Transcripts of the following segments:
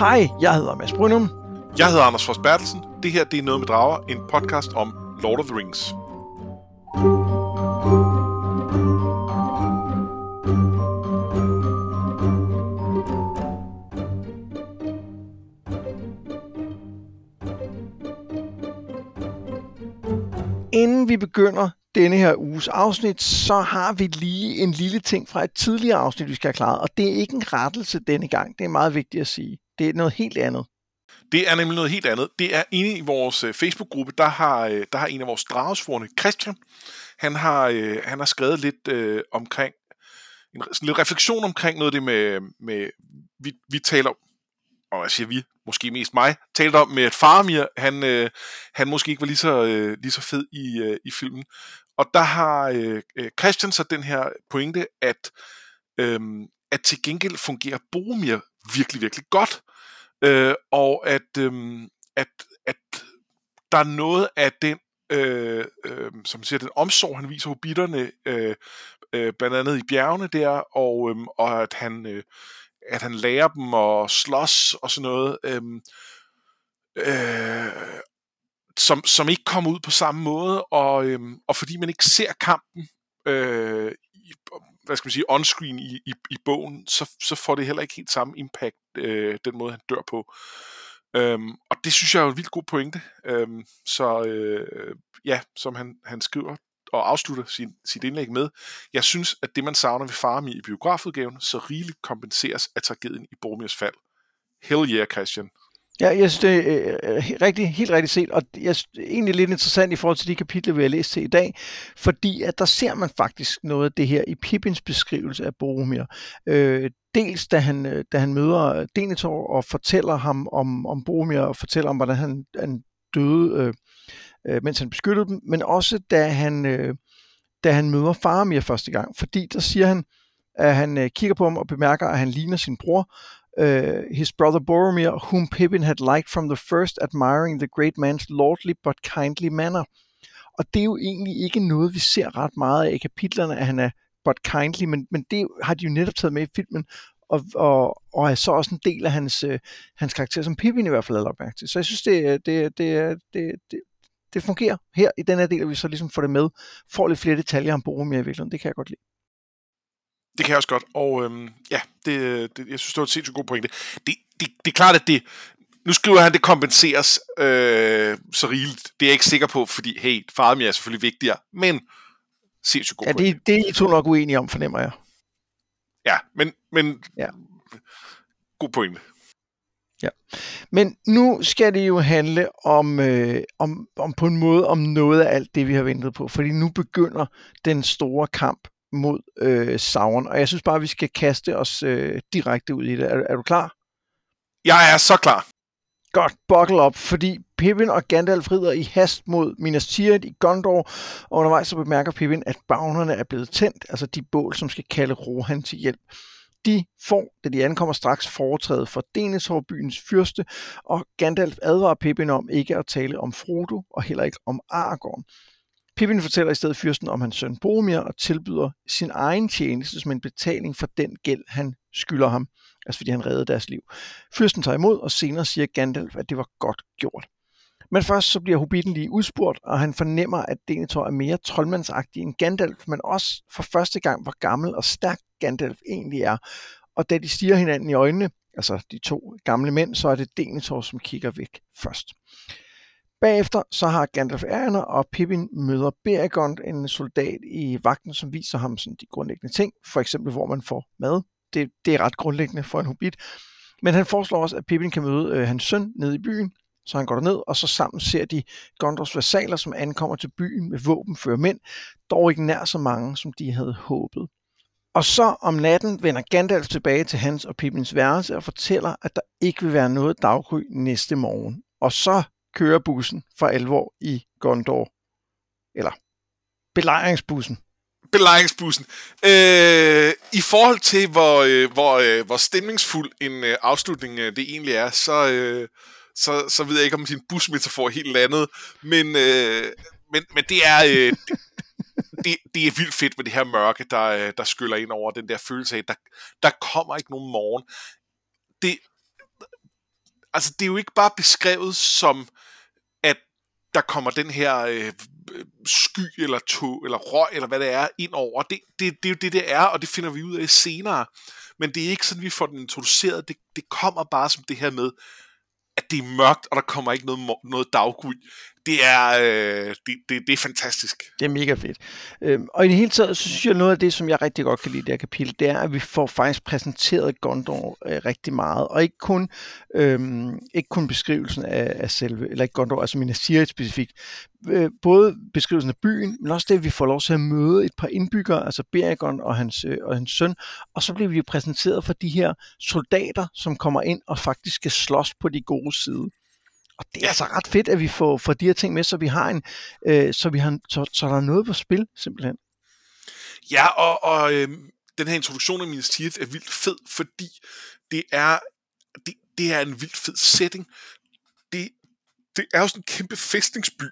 Hej, jeg hedder Mads Brynum. Jeg hedder Anders Frost Bertelsen. Det her, det er Noget med Drager, en podcast om Lord of the Rings. Inden vi begynder denne her uges afsnit, så har vi lige en lille ting fra et tidligere afsnit, vi skal have klaret. Og det er ikke en rettelse denne gang. Det er meget vigtigt at sige. Det er noget helt andet. Det er nemlig noget helt andet. Det er inde i vores Facebook-gruppe, der har en af vores dragesforne, Christian, han har skrevet lidt omkring, lidt refleksion omkring noget af det med vi taler om, og jeg siger vi, måske mest mig, talte om med, at Faramir, han måske ikke var lige så fed i filmen. Og der har Christian så den her pointe, at til gengæld fungerer Boromir virkelig, virkelig godt. Og at der er noget af den, som man siger, den omsorg, han viser hobitterne, blandt andet i bjergene der, og at han lærer dem at slås og sådan noget, som ikke kommer ud på samme måde, og fordi man ikke ser kampen, hvad skal man sige, on-screen i bogen, så får det heller ikke helt samme impact, den måde han dør på. Og det synes jeg er en vildt god pointe. Ja, som han skriver og afslutter sit indlæg med: jeg synes, at det man savner ved Faramir i biografudgaven, så rigeligt kompenseres af tragedien i Boromirs fald. Hell yeah, Christian. Ja, jeg synes, det er helt rigtigt set, og jeg synes, det er egentlig lidt interessant i forhold til de kapitler, vi har læst til i dag, fordi at der ser man faktisk noget af det her i Pippins beskrivelse af Boromir. Dels da han møder Denethor og fortæller ham om Boromir, og fortæller om, hvordan han døde, mens han beskyttede dem, men også da han møder Faramir første gang, fordi der siger han, at han kigger på ham og bemærker, at han ligner sin bror, his brother Boromir, whom Pippin had liked from the first, admiring the great man's lordly but kindly manner. Og det er jo egentlig ikke noget, vi ser ret meget af i kapitlerne, at han er but kindly, men det har de jo netop taget med i filmen, og er så også en del af hans karakter, som Pippin i hvert fald er lagt mærke til. Så jeg synes, det fungerer her i den her del, at vi så ligesom får det med, får lidt flere detaljer om Boromir i virkeligheden. Det kan jeg godt lide. Det kan jeg også godt, og ja, jeg synes, det var et sindssygt god pointe. Det er klart, at nu skriver han, det kompenseres så rigeligt. Det er jeg ikke sikker på, fordi, hey, Faramir er selvfølgelig vigtigere, men sindssygt god pointe. Ja, det er I to nok uenige om, fornemmer jeg. Ja, men ja. God pointe. Ja. Men nu skal det jo handle om på en måde om noget af alt det, vi har ventet på, fordi nu begynder den store kamp mod Sauron, og jeg synes bare, vi skal kaste os direkte ud i det. Er du klar? Jeg er så klar. Godt, buckle op, fordi Pippin og Gandalf rider i hast mod Minas Tirith i Gondor, og undervejs så bemærker Pippin, at bagnerne er blevet tændt, altså de bål, som skal kalde Rohan til hjælp. De får, da de ankommer, straks foretræde for Denethor, byens fyrste, og Gandalf advarer Pippin om ikke at tale om Frodo, og heller ikke om Aragorn. Pippin fortæller i stedet fyrsten om hans søn Boromir og tilbyder sin egen tjeneste som en betaling for den gæld, han skylder ham, altså fordi han reddede deres liv. Fyrsten tager imod, og senere siger Gandalf, at det var godt gjort. Men først så bliver hobbiten lige udspurgt, og han fornemmer, at Denethor er mere troldmandsagtig end Gandalf, men også for første gang, hvor gammel og stærk Gandalf egentlig er. Og da de stiger hinanden i øjnene, altså de to gamle mænd, så er det Denethor, som kigger væk først. Bagefter så har Gandalf Eärendil, og Pippin møder Beregond, en soldat i vagten, som viser ham sådan de grundlæggende ting, for eksempel hvor man får mad. Det er ret grundlæggende for en hobbit. Men han foreslår også, at Pippin kan møde hans søn nede i byen, så han går derned, og så sammen ser de Gondors vasaller, som ankommer til byen med våbenføre mænd, dog ikke nær så mange, som de havde håbet. Og så om natten vender Gandalf tilbage til hans og Pippins værelse og fortæller, at der ikke vil være noget daggry næste morgen. Og så kører bussen for alvor i Gondor. Eller belejringsbussen. Belejringsbussen. I forhold til, hvor stemningsfuld en afslutning det egentlig er, så ved jeg ikke, om sin busmetafor er helt landet, men det er... Det er vildt fedt med det her mørke, der skyller ind over den der følelse af, der kommer ikke nogen morgen. altså, det er jo ikke bare beskrevet som, at der kommer den her sky eller tog eller røg eller hvad det er ind over. Det er jo det er, og det finder vi ud af senere. Men det er ikke sådan, vi får den introduceret. Det kommer bare som det her med, at det er mørkt, og der kommer ikke noget daggry. Det er fantastisk. Det er mega fedt. Og i det hele taget, så synes jeg, noget af det, som jeg rigtig godt kan lide i det her kapitel, det er, at vi får faktisk præsenteret Gondor rigtig meget. Og ikke kun beskrivelsen af selve, eller ikke Gondor, altså Minas Tirith specifikt. Både beskrivelsen af byen, men også det, at vi får lov til at møde et par indbyggere, altså Beregond og hans søn. Og så bliver vi præsenteret for de her soldater, som kommer ind og faktisk skal slås på de gode side. Og det er altså ret fedt, at vi får de her ting med, så vi har så der er noget på spil, simpelthen. Ja, og den her introduktion af Minas Tirith er vildt fed, fordi det er en vildt fed setting. Det er jo sådan en kæmpe fæstningsby.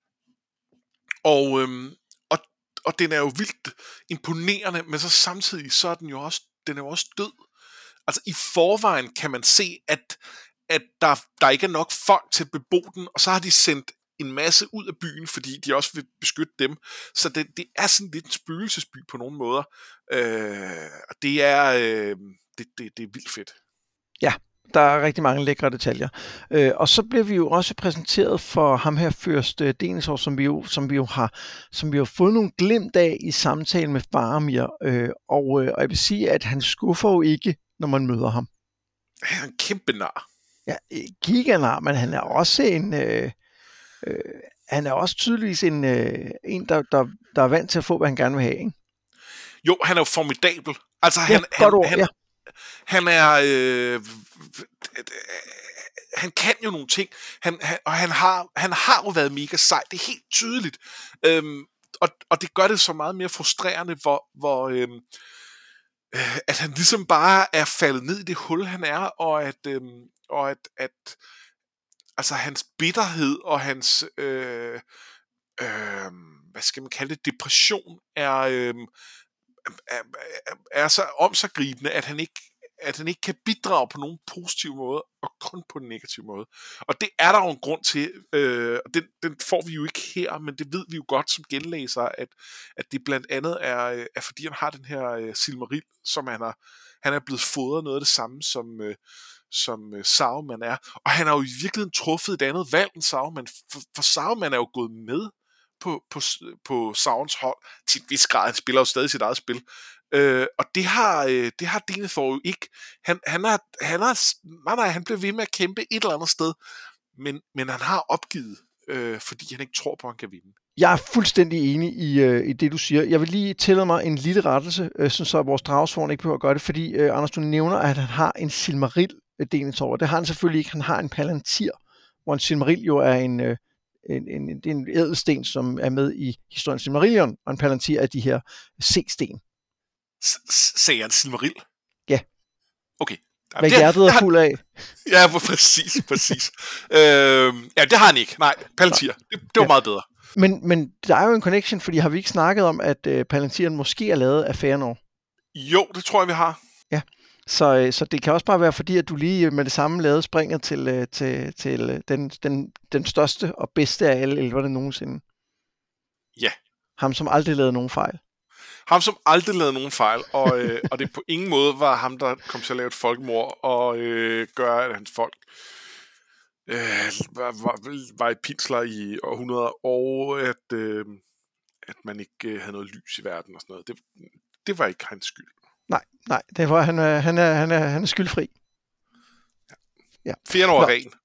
Og den er jo vildt imponerende, men så samtidig så er den jo også død. Altså i forvejen kan man se, at der ikke er nok folk til at bebo den, og så har de sendt en masse ud af byen, fordi de også vil beskytte dem. Så det er sådan lidt en spøgelsesby på nogle måder. Og det er vildt fedt. Ja. Der er rigtig mange lækre detaljer. Og så bliver vi jo også præsenteret for ham her Fyrst Denethor, som vi jo har fået nogle glimt af i samtalen med Faramir. Og jeg vil sige, at han skuffer jo ikke, når man møder ham. Han er en kæmpe nar. Ja, giganar, men han er også han er også tydeligvis en der er vant til at få, hvad han gerne vil have, ikke? Jo, han er jo formidabel. Altså, han kan jo nogle ting. Han har jo været mega sej. Det er helt tydeligt. Og det gør det så meget mere frustrerende, hvor at han ligesom bare er faldet ned i det hul, han er, og at altså hans bitterhed og hans hvad skal man kalde det, depression er så omsaggribende, at han ikke kan bidrage på nogen positiv måde, og kun på en negativ måde. Og det er der jo en grund til, og den får vi jo ikke her, men det ved vi jo godt som genlæser, at det blandt andet er fordi han har den her Silmaril, som han er blevet fodret noget af det samme, som Saruman er. Og han har jo i virkeligheden truffet et andet valg end Saruman, for Saruman er jo gået med på Saurons hold til en vis grad. Han spiller jo stadig sit eget spil. Og det har Denethor jo ikke. Han bliver ved med at kæmpe et eller andet sted, men han har opgivet, fordi han ikke tror på, at han kan vinde. Jeg er fuldstændig enig i det, du siger. Jeg vil lige tillade mig en lille rettelse, så vores dragsvorn ikke behøver at gøre det, fordi Anders, du nævner, at han har en Silmaril, Denethor. Det har han selvfølgelig ikke. Han har en Palantir, hvor en Silmaril jo er en ædelsten, som er med i historien Silmarillion, og en Palantir er de her C-sten. Sagde han Silmaril? Ja. Okay. Hvad hjertet er fuld af. Ja, præcis. Ja, det har han ikke. Nej, Palantir. Det var meget bedre. Men der er jo en connection, fordi har vi ikke snakket om, at Palantiren måske er lavet af Fëanor? Jo, det tror jeg, vi har. Ja. Så det kan også bare være fordi, at du lige med det samme lavede springet til den største og bedste af alle elverne nogensinde. Ja. Ham, som aldrig lavede nogen fejl. Ham, som aldrig lavede nogen fejl, og det på ingen måde var ham, der kom til at lave et folkemord og gøre, at hans folk var i pinsler i århundreder, og at man ikke havde noget lys i verden og sådan noget. Det var ikke hans skyld. Nej, det var han er skyldfri. Ja. Fëanor er ren.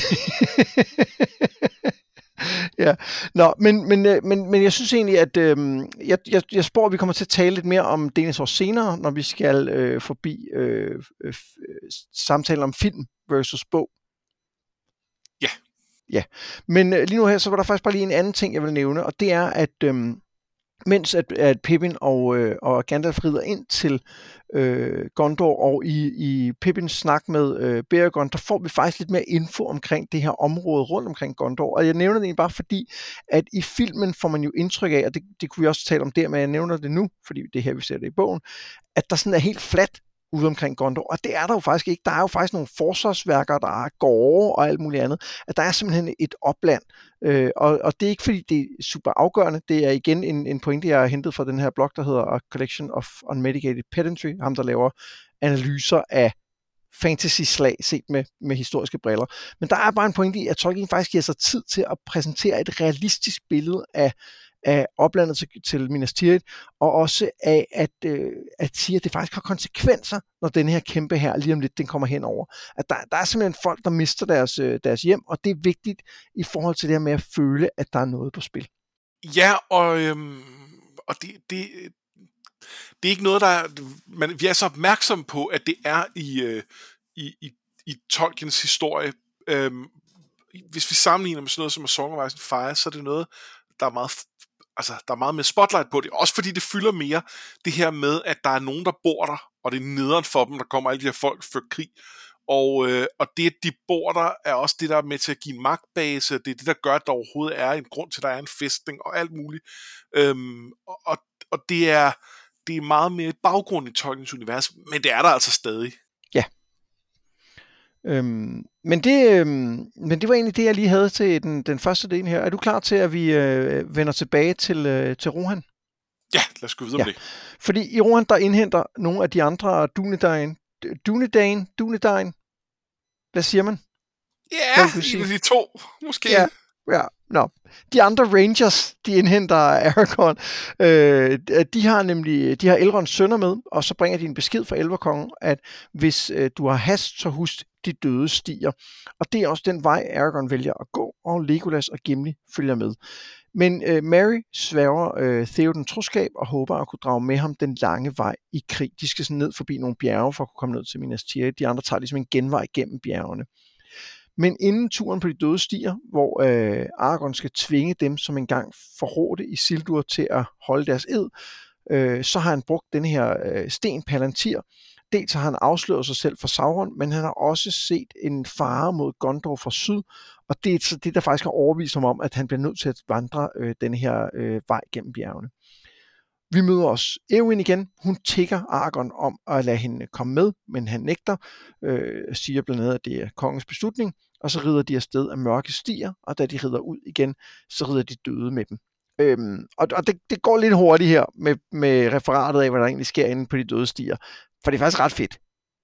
Ja, men jeg synes egentlig, at jeg spår, at vi kommer til at tale lidt mere om Denethor senere, når vi skal forbi samtale om film versus bog. Ja. Ja, men lige nu her, så var der faktisk bare lige en anden ting, jeg vil nævne, og det er, at mens at Pippin og Gandalf rider ind til Gondor, og i Pippins snak med Beregond, der får vi faktisk lidt mere info omkring det her område rundt omkring Gondor. Og jeg nævner det egentlig bare fordi, at i filmen får man jo indtryk af, og det kunne vi også tale om der, men jeg nævner det nu, fordi det er her, vi ser det i bogen, at der sådan er helt fladt ude omkring Gondor, og det er der jo faktisk ikke. Der er jo faktisk nogle forsvarsværker, der er gårde og alt muligt andet. At der er simpelthen et opland, og det er ikke fordi, det er super afgørende. Det er igen en pointe, jeg har hentet fra den her blog, der hedder A Collection of Unmitigated Pedantry, ham der laver analyser af fantasy-slag set med historiske briller. Men der er bare en pointe i, at Tolkien faktisk giver sig tid til at præsentere et realistisk billede af oplandet til Minas Tirith, og også af at sige, at det faktisk har konsekvenser, når den her kæmpe her lige om lidt, den kommer henover. At der er simpelthen folk, der mister deres hjem, og det er vigtigt i forhold til det her med at føle, at der er noget på spil. Ja, og det er ikke noget, vi er så opmærksom på, at det er i Tolkiens historie. Hvis vi sammenligner med sådan noget som A Song of Ice and Fire, så er det noget, der er meget mere spotlight på det. Også fordi det fylder mere det her med, at der er nogen, der bor der, og det er nederen for dem, der kommer alle de her folk før krig. Og det, at de bor der, er også det, der er med til at give en magtbase. Det er det, der gør, at der overhovedet er en grund til, at der er en fæstning og alt muligt. Og det er meget mere baggrund i Tolkiens univers, men det er der altså stadig. Ja. Men det var egentlig det, jeg lige havde til den første del her. Er du klar til, at vi vender tilbage til Rohan? Ja, lad os gå videre med det. Fordi i Rohan, der indhenter nogle af de andre Dunedain. Hvad siger man? Ja, en af de to, måske. Ja. No. De andre Rangers, de indhenter Aragorn. De har Elrons sønner med, og så bringer de en besked fra Elverkongen, at hvis du har hast, så husk de døde stier. Og det er også den vej, Aragorn vælger at gå, og Legolas og Gimli følger med. Men Merry sværger Theoden troskab og håber at kunne drage med ham den lange vej i krig. De skal sådan ned forbi nogle bjerge for at kunne komme ned til Minas Tirith. De andre tager ligesom en genvej gennem bjergene. Men inden turen på de døde stier, hvor Aragorn skal tvinge dem, som engang forrådte Isildur til at holde deres ed, så har han brugt den her sten Palantir. Dels har han afsløret sig selv for Sauron, men han har også set en fare mod Gondor fra syd, og det er så det, der faktisk har overbevist ham om, at han bliver nødt til at vandre den her vej gennem bjergene. Vi møder os Eowyn igen. Hun tigger Aragorn om at lade hende komme med, men han nægter, siger blandt andet, at det er kongens beslutning, og så rider de afsted af mørke stier, og da de rider ud igen, så rider de døde med dem. Og det går lidt hurtigt her med referatet af, hvad der egentlig sker inde på de døde stier, for det er faktisk ret fedt.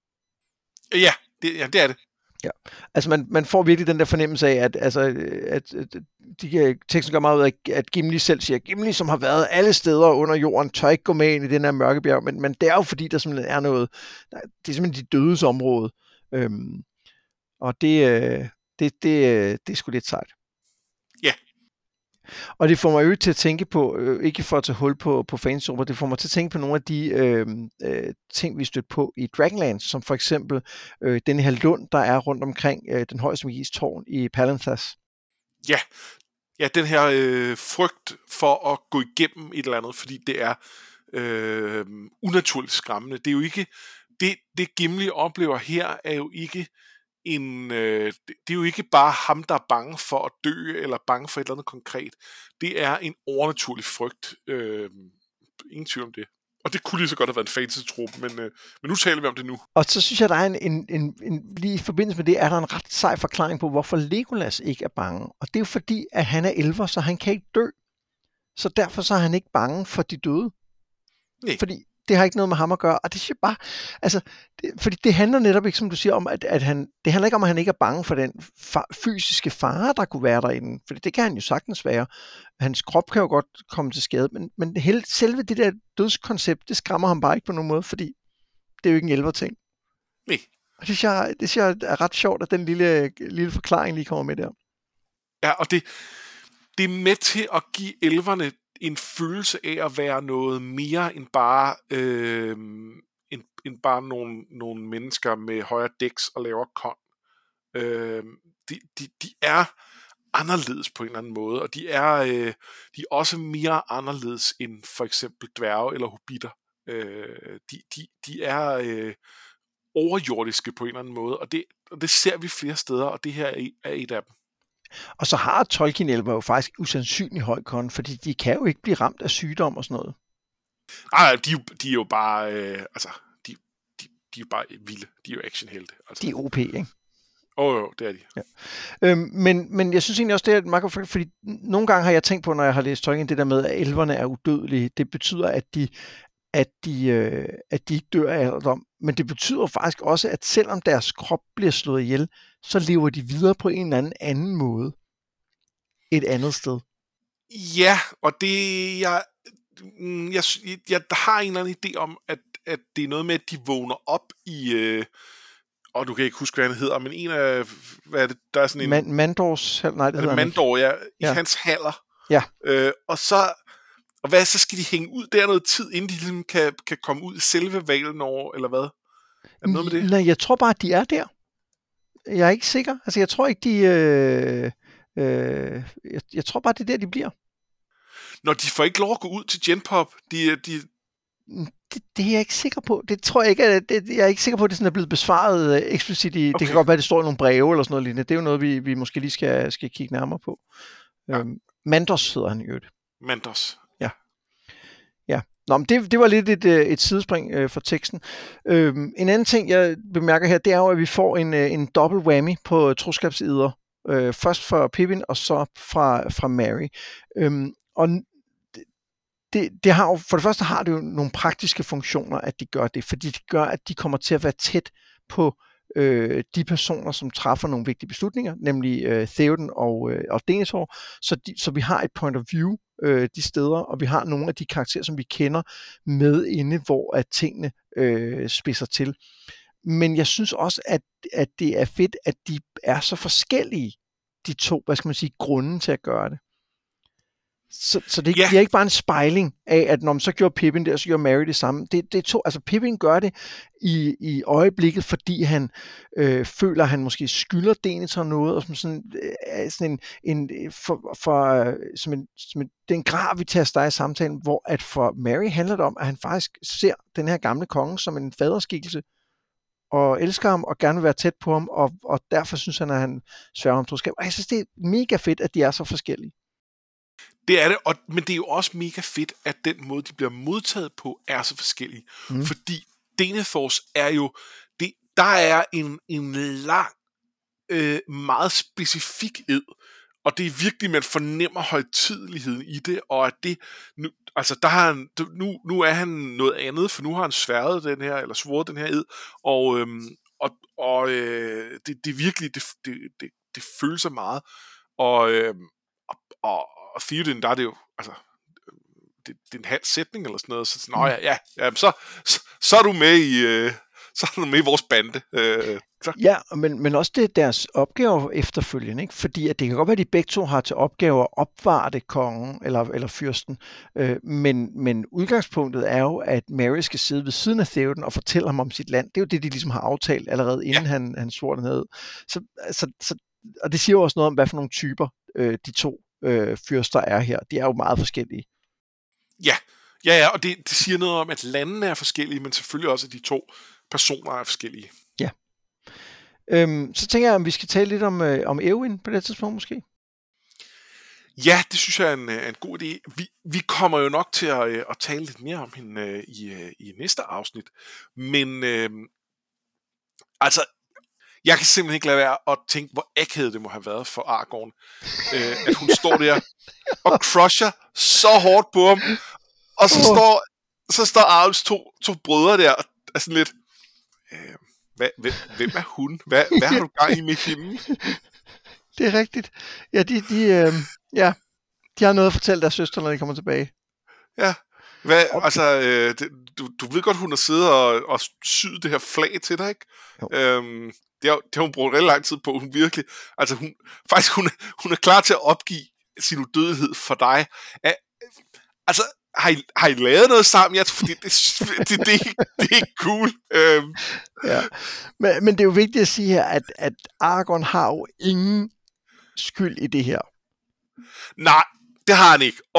Ja, det er det. Ja. Altså man får virkelig den der fornemmelse af, at de teksten gør meget ud af, at Gimli selv siger, Gimli, som har været alle steder under jorden, tør ikke gå med ind i den her mørke bjerg, men det er jo fordi, der simpelthen er noget, det er simpelthen de dødes område. Og det er sgu lidt sejt. Ja. Og det får mig jo til at tænke på, ikke for at tage hul på fansummer, det får mig til at tænke på nogle af de ting, vi stødte på i Dragonlance, som for eksempel den her lund, der er rundt omkring den højeste magis tårn i Palanthas. Ja, den her frygt for at gå igennem et eller andet, fordi det er unaturligt skræmmende. Det er jo ikke, det Gimli oplever her, er jo ikke det er jo ikke bare ham, der er bange for at dø, eller bange for et eller andet konkret. Det er en overnaturlig frygt. Ingen tvivl om det. Og det kunne lige så godt have været en fantasy-trup, men nu taler vi om det nu. Og så synes jeg, der er lige i forbindelse med det, er der en ret sej forklaring på, hvorfor Legolas ikke er bange. Og det er jo fordi, at han er elver, så han kan ikke dø. Så derfor så er han ikke bange for de døde. Nej. Fordi det har ikke noget med ham at gøre, og det synes jeg bare, altså, fordi det handler netop ikke, som du siger, om, at han, det handler ikke om, at han ikke er bange for den fysiske fare, der kunne være derinde, for det kan han jo sagtens være. Hans krop kan jo godt komme til skade, men selve det der dødskoncept, det skræmmer ham bare ikke på nogen måde, fordi det er jo ikke en elverting. Nej. Og det synes jeg er ret sjovt, at den lille forklaring lige kommer med der. Ja, og det er med til at give elverne en følelse af at være noget mere end bare end bare nogle mennesker med højere dæks og lavere kon. De er anderledes på en eller anden måde, og de er også mere anderledes end for eksempel dværge eller hobitter. De er overjordiske på en eller anden måde, og det ser vi flere steder, og det her er et af dem. Og så har Tolkien-elver jo faktisk usandsynlig høj kon, fordi de kan jo ikke blive ramt af sygdom og sådan noget. Nej, de er jo bare, de er bare vilde. De er jo actionhelte. Altså. De er OP, ikke? Jo, det er de. Ja. Men jeg synes egentlig også, det er meget godt, fordi nogle gange har jeg tænkt på, når jeg har læst Tolkien, det der med, at elverne er udødelige. Det betyder, at de ikke dør af alderdom. Men det betyder faktisk også, at selvom deres krop bliver slået ihjel, så lever de videre på en eller anden måde. Et andet sted. Ja, og det jeg har en eller anden idé om, at det er noget med, at de vågner op i... og du kan ikke huske, hvad han hedder, men en af... Hvad er det? Der er sådan en... Mandors... Nej, det hedder Mandor, ja. I ja. hans haller. Ja. Og så skal de hænge ud der noget tid, inden de ligesom kan komme ud i selve Valinor, eller hvad? Er det noget med det? Nej, jeg tror bare, at de er der. Jeg er ikke sikker. Altså, jeg tror ikke, jeg tror bare, det er der, de bliver. Når de får ikke lov at gå ud til Genpop, det er jeg ikke sikker på. Det tror jeg ikke, jeg er ikke sikker på, at det sådan er blevet besvaret eksplicit i... Okay. Det kan godt være, at det står i nogle breve eller sådan noget lignende. Det er jo noget, vi måske lige skal kigge nærmere på. Ja. Mandors hedder han i øvrigt. Mandors. Ja. Ja. Nå, men det var lidt et sidespring for teksten. En anden ting, jeg bemærker her, det er jo, at vi får en dobbelt whammy på troskabseder. Først fra Pippin, og så fra Merry. Og det har jo, for det første har det jo nogle praktiske funktioner, at de gør det, fordi det gør, at de kommer til at være tæt på de personer, som træffer nogle vigtige beslutninger, nemlig Theoden og Denethor, så vi har et point of view de steder, og vi har nogle af de karakterer, som vi kender med inde, hvor at tingene spidser til. Men jeg synes også, at det er fedt, at de er så forskellige, de to, hvad skal man sige, grunde til at gøre det. Så det er ikke bare en spejling af, at når man så gjorde Pippin det, og så gjorde Merry det samme. Det er to, altså Pippin gør det i øjeblikket, fordi han føler, at han måske skylder Denethor noget, og som det er en gravitas, der er i samtalen, hvor at for Merry handler det om, at han faktisk ser den her gamle konge som en faderskikkelse, og elsker ham, og gerne vil være tæt på ham, og derfor synes han, at han sværger ham troskab. Og jeg synes, det er mega fedt, at de er så forskellige. Det er det, men det er jo også mega fedt, at den måde, de bliver modtaget på, er så forskellige. Fordi Denethors er jo, der er en lang, meget specifik ed, og det er virkelig, man fornemmer højtideligheden i det, og at det, nu er han noget andet, for nu har han sværet den her, eller svoret den her ed, og det er virkelig, det føles så meget, og Theoden, der er det jo, altså, det er en halv sætning eller sådan noget, så så er du med i vores bande. Ja, men også det er deres opgave efterfølgende, ikke? Fordi at det kan godt være, at de begge to har til opgave at opvarte kongen eller fyrsten, men udgangspunktet er jo, at Merry skal sidde ved siden af Theoden og fortælle ham om sit land. Det er jo det, de ligesom har aftalt allerede, inden han svor den ned. Så, og det siger jo også noget om, hvad for nogle typer de to fyrster er her. De er jo meget forskellige. Ja, og det siger noget om, at landene er forskellige, men selvfølgelig også, at de to personer er forskellige. Ja. Så tænker jeg, om vi skal tale lidt om Eowyn på det tidspunkt måske? Ja, det synes jeg er en god idé. Vi kommer jo nok til at tale lidt mere om hende i næste afsnit, men altså, jeg kan simpelthen ikke lade være at tænke, hvor akavet det må have været for Aragorn, at hun står der og crusher så hårdt på ham, og så står Arves to brødre der og er sådan lidt, hvem er hun? Hvad har du gang i med hende? Det er rigtigt. Ja, de har noget at fortælle deres søster, når de kommer tilbage. Ja. Du ved godt, hun har siddet og syet det her flag til dig, ikke? Det har hun brugt rigtig lang tid på, hun virkelig. Altså, hun er klar til at opgive sin udødelighed for dig. Altså, har I lavet noget sammen? Jeg tror, det er ikke cool. Ja. Men det er jo vigtigt at sige her, at Aragorn har jo ingen skyld i det her. Nej, det har han ikke.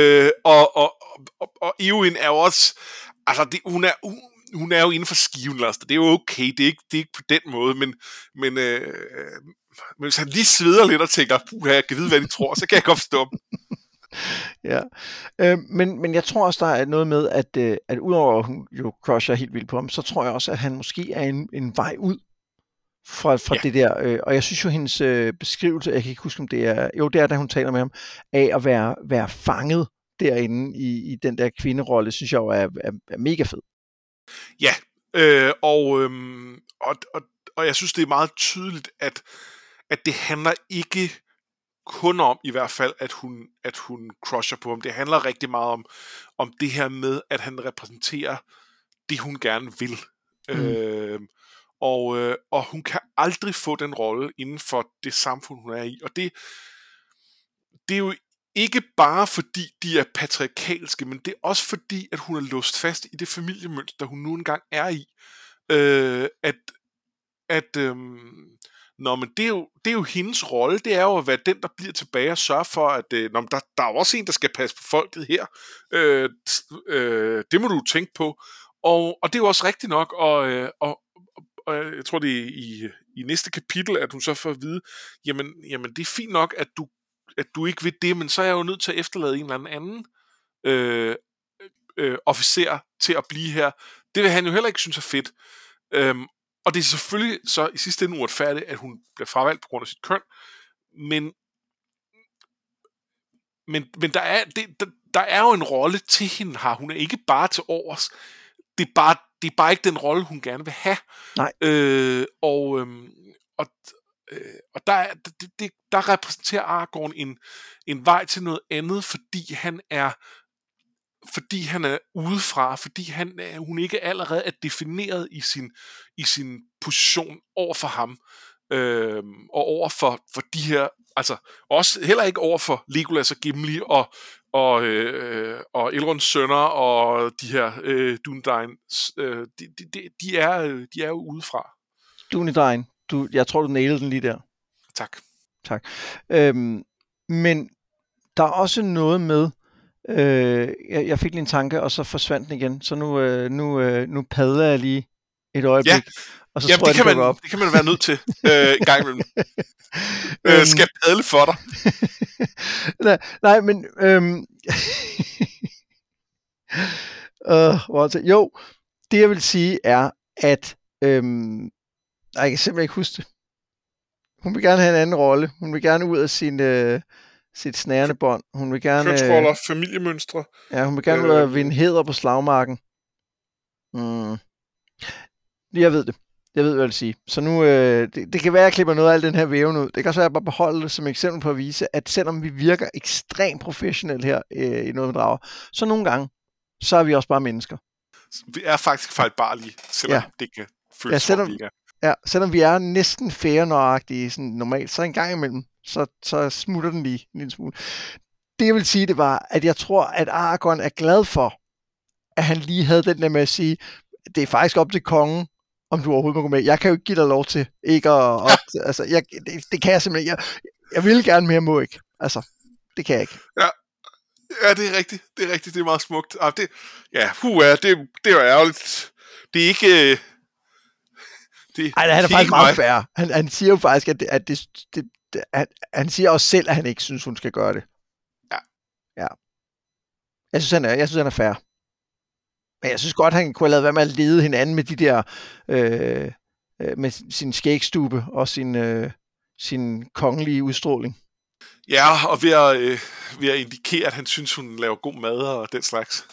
Og Eowyn er jo også, altså hun er jo inden for skiven, Lars. Det er jo okay, det er ikke på den måde, men hvis han lige sveder lidt og tænker, jeg kan vide, hvad de tror, så kan jeg godt forstå dem. Ja. Men jeg tror også, der er noget med, at udover at hun jo crusher helt vildt på ham, så tror jeg også, at han måske er en vej ud fra Ja. det der. Og jeg synes jo, hendes beskrivelse, jeg kan ikke huske, om det er... Jo, det er, da hun taler med ham, af at være fanget derinde i den der kvinderolle, synes jeg jo er mega fed. Ja, og jeg synes, det er meget tydeligt, at det handler ikke kun om, i hvert fald, at hun crusher på ham. Det handler rigtig meget om det her med, at han repræsenterer det, hun gerne vil. Og hun kan aldrig få den rolle inden for det samfund, hun er i. Og det er jo ikke bare fordi, de er patriarkalske, men det er også fordi, at hun er låst fast i det familiemønster, hun nu engang er i. Men det er jo hendes rolle, det er jo at være den, der bliver tilbage og sørge for, at der er jo også en, der skal passe på folket her. Det må du tænke på. Og det er jo også rigtigt nok, og jeg tror, det er i næste kapitel, at hun så får at vide, jamen det er fint nok, at du ikke vil det, men så er jeg jo nødt til at efterlade en eller anden officer til at blive her. Det vil han jo heller ikke synes er fedt. Og det er selvfølgelig så i sidste ende uretfærdigt, at hun bliver fravalgt på grund af sit køn, men der er jo en rolle til hende her. Hun er ikke bare til overs. Det er bare ikke den rolle, hun gerne vil have. Nej. Og der repræsenterer Aragorn en vej til noget andet, fordi han er udefra, fordi hun ikke allerede er defineret i sin position over for ham, og over for de her, altså også heller ikke over for Legolas og Gimli og Elrons sønner og de her Dunedain, de er jo udefra. Dunedain, jeg tror, du nailede den lige der. Tak. Men der er også noget med, jeg fik lige en tanke, og så forsvandt den igen. Så nu padler jeg lige et øjeblik. Ja. Og så Jamen, det kan man være nødt til en gang imellem. Skal jeg padle for dig? Nej, men... jo, det jeg vil sige er, at... jeg kan simpelthen ikke huske det. Hun vil gerne have en anden rolle. Hun vil gerne ud af sit snærende bånd. Hun vil gerne... Kønsroller, familiemønstre. Ja, hun vil gerne ud af vinde hæder på slagmarken. Jeg ved det. Jeg ved, hvad jeg vil sige. Så nu, det kan være, at jeg klipper noget af al den her væven ud. Det kan også være, at jeg bare beholder det som eksempel på at vise, at selvom vi virker ekstremt professionelt her i Noget med Drager, så nogle gange, så er vi også bare mennesker. Vi er faktisk fejlbarlige, selvom det kan føles som vi er. Ja, selvom vi er næsten fair-nøjagtige sådan normalt, så en gang imellem, så smutter den lige en lille smule. Det jeg vil sige, det var, at jeg tror, at Aragorn er glad for, at han lige havde den der med at sige, det er faktisk op til kongen, om du overhovedet må gå med. Jeg kan jo ikke give dig lov til ikke at altså, det kan jeg simpelthen ikke. Jeg vil gerne, men jeg må ikke. Altså, det kan jeg ikke. Ja, det er rigtigt. Det er meget smukt. Det er jo ærgerligt. Det er ikke... han er faktisk meget fair. Han siger jo faktisk, at han siger også selv, at han ikke synes, hun skal gøre det. Ja. Jeg synes, han er fair. Men jeg synes godt, han kunne have lavet være med at lede hinanden med de der, med sin skægstube og sin kongelige udstråling. Ja, og ved at indikere, at han synes, hun laver god mad og den slags.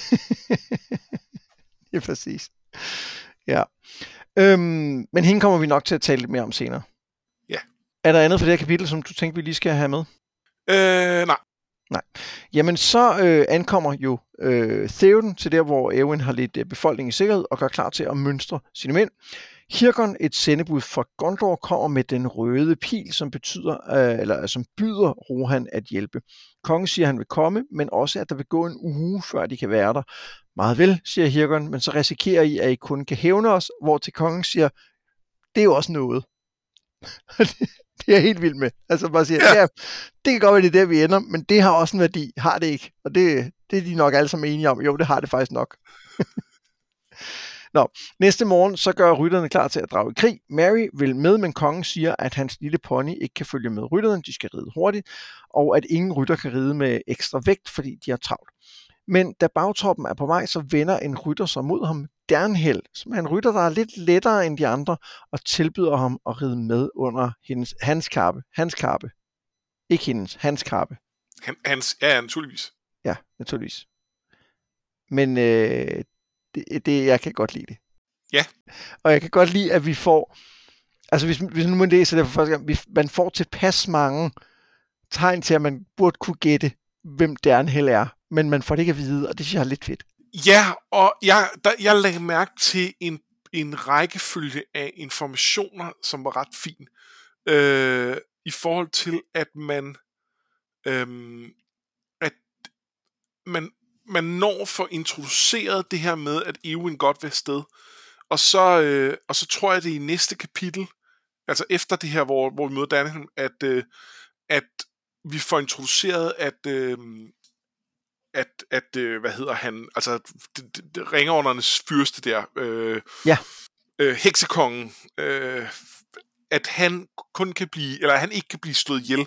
Det er præcis. Ja. Men hende kommer vi nok til at tale lidt mere om senere. Ja. Er der andet for det her kapitel, som du tænker, vi lige skal have med? Nej. Jamen, så ankommer jo Theoden til der, hvor Éowyn har lidt befolkningen i sikkerhed og gør klar til at mønstre sine mænd. Hirgon, et sendebud fra Gondor, kommer med den røde pil, som som byder Rohan at hjælpe. Kongen siger, at han vil komme, men også, at der vil gå en uge, før de kan være der. Meget vel, siger Hirgon, men så risikerer I, at I kun kan hævne os, hvor til kongen siger, det er jo også noget. Det er jeg helt vild med. Altså bare siger, ja, det kan godt være, det er der, vi ender, men det har også en værdi. Har det ikke? Og det er de nok alle sammen enige om. Jo, det har det faktisk nok. Næste morgen, så gør rytterne klar til at drage i krig. Merry vil med, men kongen siger, at hans lille pony ikke kan følge med rytterne, de skal ride hurtigt, og at ingen rytter kan ride med ekstra vægt, fordi de har travlt. Men da bagtroppen er på vej, så vender en rytter sig mod ham, Dernheld, som er en rytter, der er lidt lettere end de andre, og tilbyder ham at ride med under hans kappe. Ikke hendes, hans kappe. Ja, naturligvis. Ja, naturligvis. Men jeg kan godt lide det. Ja. Og jeg kan godt lide, at vi får... Altså, hvis nu man læser det for første gang, man får tilpas mange tegn til, at man burde kunne gætte, hvem Dernheld er. Men man får det ikke at vide, og det synes jeg er lidt fedt. Ja, og jeg lagde mærke til en rækkefølge af informationer, som var ret fin. I forhold til, at man når for introduceret det her med, at Eowyn godt vil afsted. Og så tror jeg, det er i næste kapitel, altså efter det her, hvor vi møder Dernheld, at vi får introduceret, at hvad hedder han, altså ringeåndernes fyrste der, heksekongen, at han kun kan blive, eller han ikke kan blive slået ihjel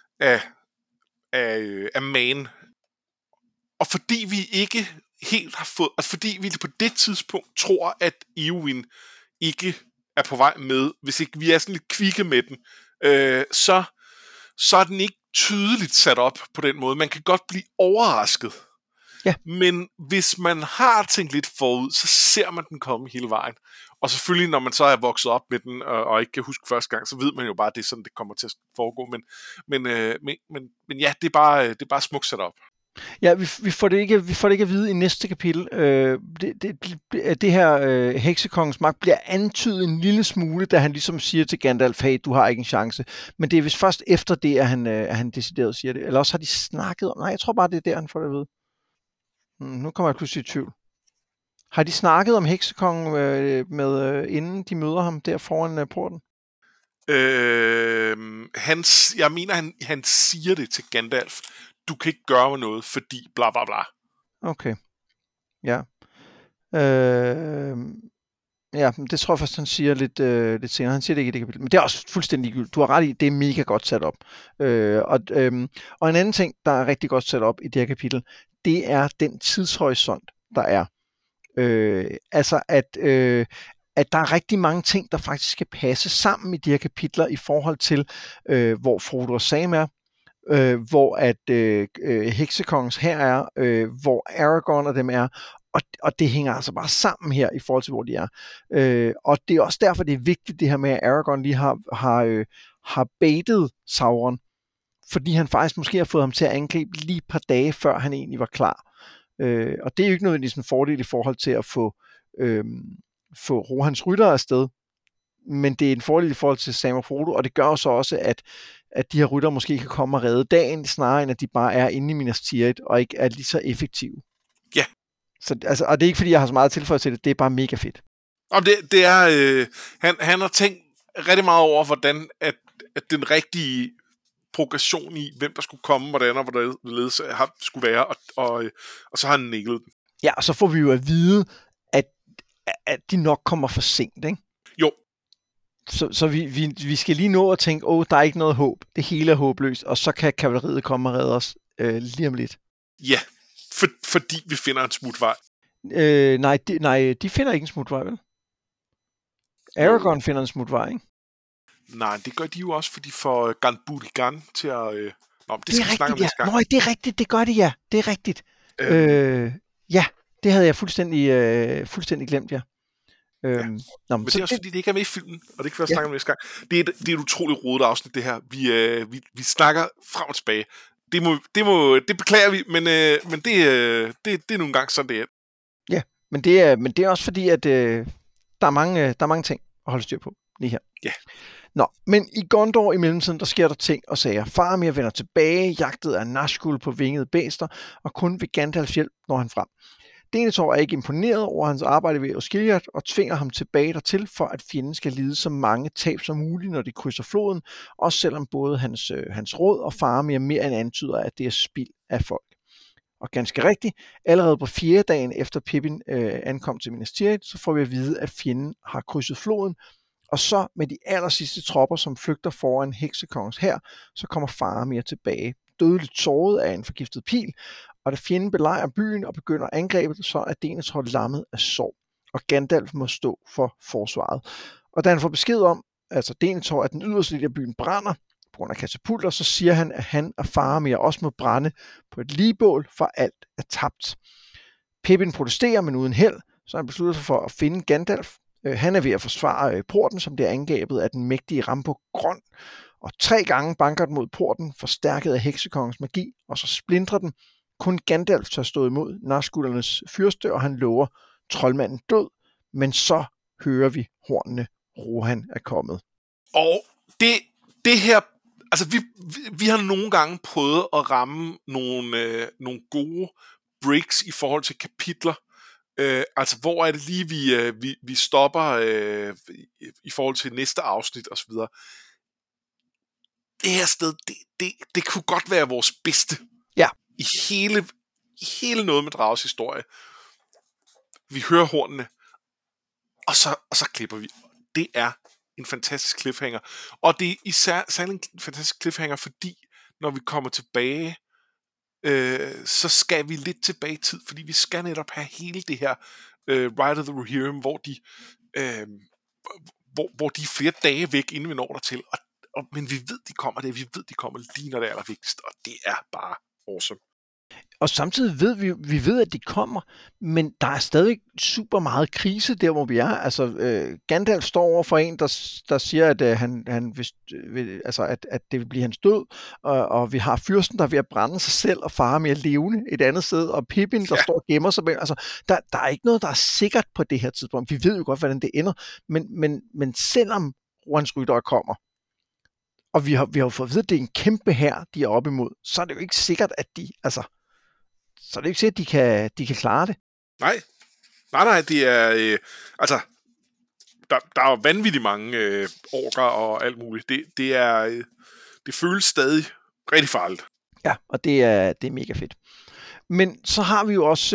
af Man. Og fordi vi ikke helt har fået, altså fordi vi på det tidspunkt tror, at Eowyn ikke er på vej med, hvis ikke vi er sådan lidt kvikke med den, så er den ikke tydeligt sat op på den måde. Man kan godt blive overrasket. Ja. Men hvis man har tænkt lidt forud, så ser man den komme hele vejen. Og selvfølgelig, når man så er vokset op med den, og ikke kan huske første gang, så ved man jo bare, at det er sådan, det kommer til at foregå. Men ja, det er bare smukt sat op. Ja, vi får det ikke at vide i næste kapitel. Det her heksekongens magt bliver antydet en lille smule, da han ligesom siger til Gandalf, hey, du har ikke en chance. Men det er vist først efter det, at han decideret siger det. Eller også har de snakket om... Nej, jeg tror bare, det er der, han får det at vide. Nu kommer jeg pludselig i tvivl. Har de snakket om heksekongen inden de møder ham der foran porten? Jeg mener, han siger det til Gandalf. Du kan ikke gøre noget, fordi bla bla bla. Okay. Ja. Ja, det tror jeg først, han siger lidt senere. Han siger det ikke i det kapitel. Men det er også fuldstændig ligegyldigt. Du har ret i, det er mega godt sat op. Og en anden ting, der er rigtig godt sat op i det her kapitel, det er den tidshorisont, der er. Altså, at der er rigtig mange ting, der faktisk skal passe sammen i de her kapitler i forhold til, hvor Frodo og Sam er, hvor at heksekongens hær er, hvor Aragorn og dem er, og det hænger altså bare sammen her i forhold til, hvor de er. Og det er også derfor, det er vigtigt det her med, at Aragorn lige har baitet Sauron, fordi han faktisk måske har fået ham til at angribe lige et par dage, før han egentlig var klar. Og det er jo ikke nødvendigvis en fordel i forhold til at få Rohans rytter afsted, men det er en fordel i forhold til Sam og Frodo, og det gør så også, at de her rytter måske kan komme og redde dagen, snarere end at de bare er inde i Minas Tirith, og ikke er lige så effektive. Ja. Så, altså, og det er ikke, fordi jeg har så meget tilføjet til det, det er bare mega fedt. Og det er, han har tænkt rigtig meget over, hvordan at den rigtige progression i, hvem der skulle komme, hvordan og hvorledes skulle være, og så har han næglet den. Ja, og så får vi jo at vide, at de nok kommer for sent, ikke? Jo. Så vi skal lige nå at tænke, der er ikke noget håb. Det hele er håbløst, og så kan kavaleriet komme og redde os lige om lidt. Ja, fordi vi finder en smutvej. Nej, de finder ikke en smutvej, vel? Aragorn finder en smutvej, ikke? Nej, det gør de jo også, fordi de får Gan til at... det skal vi snakke om næste gang. Nå, det er rigtigt, det gør de, ja. Det er rigtigt. Ja, det havde jeg fuldstændig glemt, ja. Men det er også fordi, det ikke er med i filmen, og det kan vi også snakke om næste gang. Det er et utroligt rodet afsnit, det her. Vi snakker frem og tilbage. Det beklager vi, men det er nu engang sådan, det er. Ja, men det er også fordi, at der er mange ting at holde styr på lige her. Ja. Nå, men i Gondor i mellemtiden, der sker der ting og sager. Faramir vender tilbage, jagtet af Nazgul på vingede bæster, og kun ved Gandalfs hjælp når han frem. Denethor er ikke imponeret over hans arbejde ved Osgiliath og tvinger ham tilbage dertil, for at fjenden skal lide så mange tab som muligt, når de krydser floden, også selvom både hans råd og Faramir mere end antyder, at det er spild af folk. Og ganske rigtigt, allerede på 4. dagen efter Pippin ankom til Minas Tirith, så får vi at vide, at fjenden har krydset floden, og så med de aller sidste tropper, som flygter foran heksekongens hær, så kommer Faramir tilbage, dødeligt såret af en forgiftet pil, og da fjenden belejrer byen og begynder angrebet, så er Denethor lammet af sorg, og Gandalf må stå for forsvaret. Og da han får besked om, altså Denethor, at den yderste del af byen brænder på grund af katapulter, så siger han, at han og Faramir også må brænde på et ligbål, for alt er tabt. Pippin protesterer, men uden held, så han beslutter sig for at finde Gandalf. Han er ved at forsvare porten, som bliver angrebet af den mægtige Rambo Grøn, og 3 gange banker den mod porten, forstærket af heksekongens magi, og så splintrer den. Kun Gandalf tør stå imod Nazgûlernes fyrste, og han lover troldmanden død, men så hører vi hornene. Rohan er kommet. Og det her, altså vi har nogle gange prøvet at ramme nogle gode breaks i forhold til kapitler. Altså hvor er det lige vi stopper i forhold til næste afsnit og så videre. Det her sted, det kunne godt være vores bedste. Ja. I hele noget med Drages historie. Vi hører hornene, og så klipper vi. Det er en fantastisk cliffhanger. Og det er især særlig en fantastisk cliffhanger, fordi når vi kommer tilbage, så skal vi lidt tilbage i tid, fordi vi skal netop have hele det her Ride of the Rohirrim, hvor de er flere dage væk, inden vi når dertil. Men vi ved, de kommer der. Vi ved, de kommer lige når det er allervigtigst, og det er bare awesome. Og samtidig ved vi ved, at de kommer, men der er stadig super meget krise der, hvor vi er. Altså, Gandalf står over for en, der siger, at han at det vil blive hans død, og vi har fyrsten, der er ved at brænde sig selv, og Faramir levende et andet sted, og Pippin, der står og gemmer sig. Altså, der er ikke noget, der er sikkert på det her tidspunkt. Vi ved jo godt, hvordan det ender, men selvom Rohans ryttere kommer, og vi har jo fået at vide, at det er en kæmpe hær, de er op imod, så er det jo ikke sikkert, at så er det ikke sikkert, at de kan klare det. Nej, det er... der er jo vanvittigt mange orker og alt muligt. Det føles stadig rigtig farligt. Ja, og det er mega fedt. Men så har vi jo også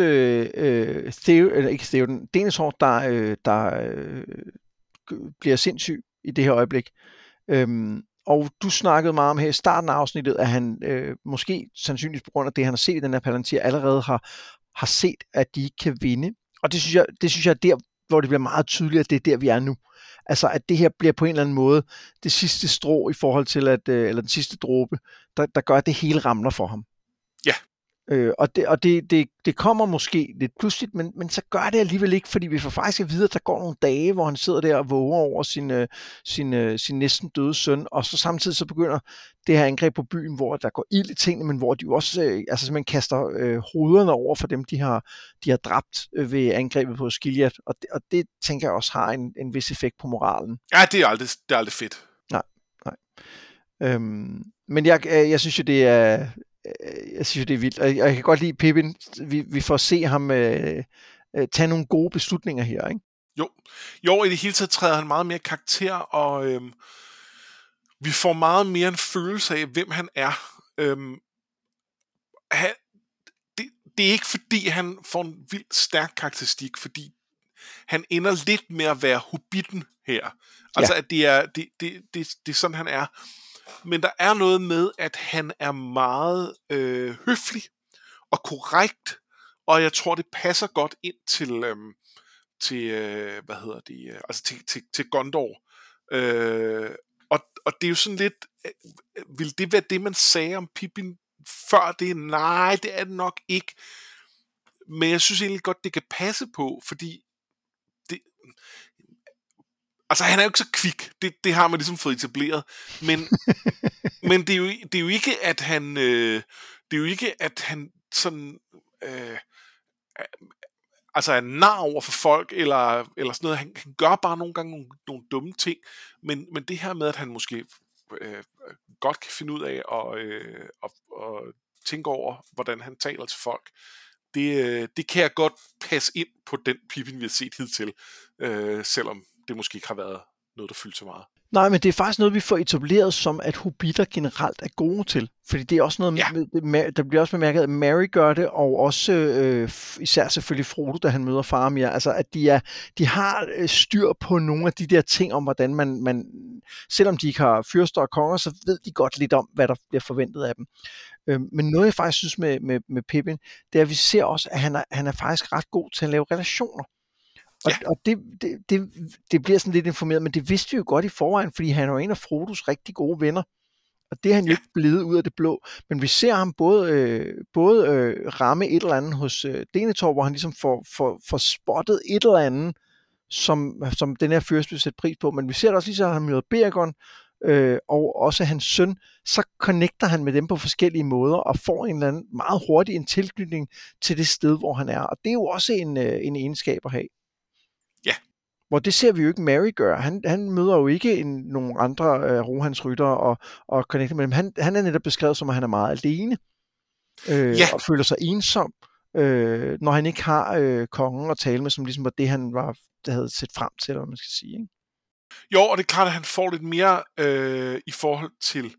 Denethor, der bliver sindssyg i det her øjeblik. Og du snakkede meget om her i starten af afsnittet, at han måske sandsynligvis på grund af det, han har set i den her Palantir, allerede har set, at de ikke kan vinde. Og det synes jeg er der, hvor det bliver meget tydeligt, at det er der, vi er nu. Altså, at det her bliver på en eller anden måde det sidste strå i forhold til, eller den sidste dråbe, der gør, at det hele ramler for ham. Ja. Og det kommer måske lidt pludseligt, men så gør det alligevel ikke, fordi vi får faktisk at vide, at der går nogle dage, hvor han sidder der og våger over sin næsten døde søn, og så samtidig så begynder det her angreb på byen, hvor der går ild i tingene, men hvor de jo også simpelthen kaster hovederne over for dem, de har dræbt ved angrebet på Skiliad, og det tænker jeg også har en vis effekt på moralen. Ja, det er aldrig fedt. Nej. Men jeg synes jo, det er... Jeg synes, det er vildt. Og jeg kan godt lide Pippin. Vi får se ham tage nogle gode beslutninger her, ikke? Jo, i det hele taget træder han meget mere karakter, og vi får meget mere en følelse af, hvem han er. Det er ikke, fordi han får en vildt stærk karakteristik, fordi han ender lidt med at være hobbiten her. Altså, at det er sådan, han er. Men der er noget med, at han er meget høflig og korrekt, og jeg tror, det passer godt ind til Gondor. Og det er jo sådan lidt, vil det være det, man sagde om Pippin før det? Nej, det er det nok ikke. Men jeg synes egentlig godt, det kan passe på, fordi altså, han er jo ikke så kvik. Det har man ligesom fået etableret. Men det er jo ikke, at han... det er jo ikke, at han sådan... altså er nar over for folk, eller sådan noget. Han gør bare nogle gange nogle dumme ting. Men det her med, at han måske godt kan finde ud af at tænke over, hvordan han taler til folk, det kan jeg godt passe ind på den Pippin, vi har set hidtil. Selvom det måske ikke har været noget, der fyldte så meget. Nej, men det er faktisk noget, vi får etableret som, at hobitter generelt er gode til. Fordi det er også noget, Ja, der bliver også bemærket, at Merry gør det, og også især selvfølgelig Frodo, da han møder Faramir. Altså, at de har styr på nogle af de der ting om, hvordan man selvom de ikke har fyrster og konger, så ved de godt lidt om, hvad der bliver forventet af dem. Men noget, jeg faktisk synes med Pippin, det er, at vi ser også, at han er faktisk ret god til at lave relationer. Og, ja, og det bliver sådan lidt informeret, men det vidste vi jo godt i forvejen, fordi han er jo en af Frodos rigtig gode venner. Og det er han jo ja, ikke blevet ud af det blå. Men vi ser ham ramme et eller andet hos Denethor, hvor han ligesom får spottet et eller andet, som den her fyrst vil sætte pris på. Men vi ser det også lige så, at han møder Beregond, og også hans søn, så connecter han med dem på forskellige måder, og får en eller anden meget hurtig en tilknytning til det sted, hvor han er. Og det er jo også en egenskab at have. ja, Hvor det ser vi jo ikke Merry gøre. Han møder jo ikke nogen andre Rohans ryttere og connecter med dem. Han er netop beskrevet som, at han er meget alene ja. og føler sig ensom, når han ikke har kongen at tale med, som ligesom var det, han havde set frem til, eller hvad man skal sige. Ikke? Jo, og det er klart, at han får lidt mere i forhold til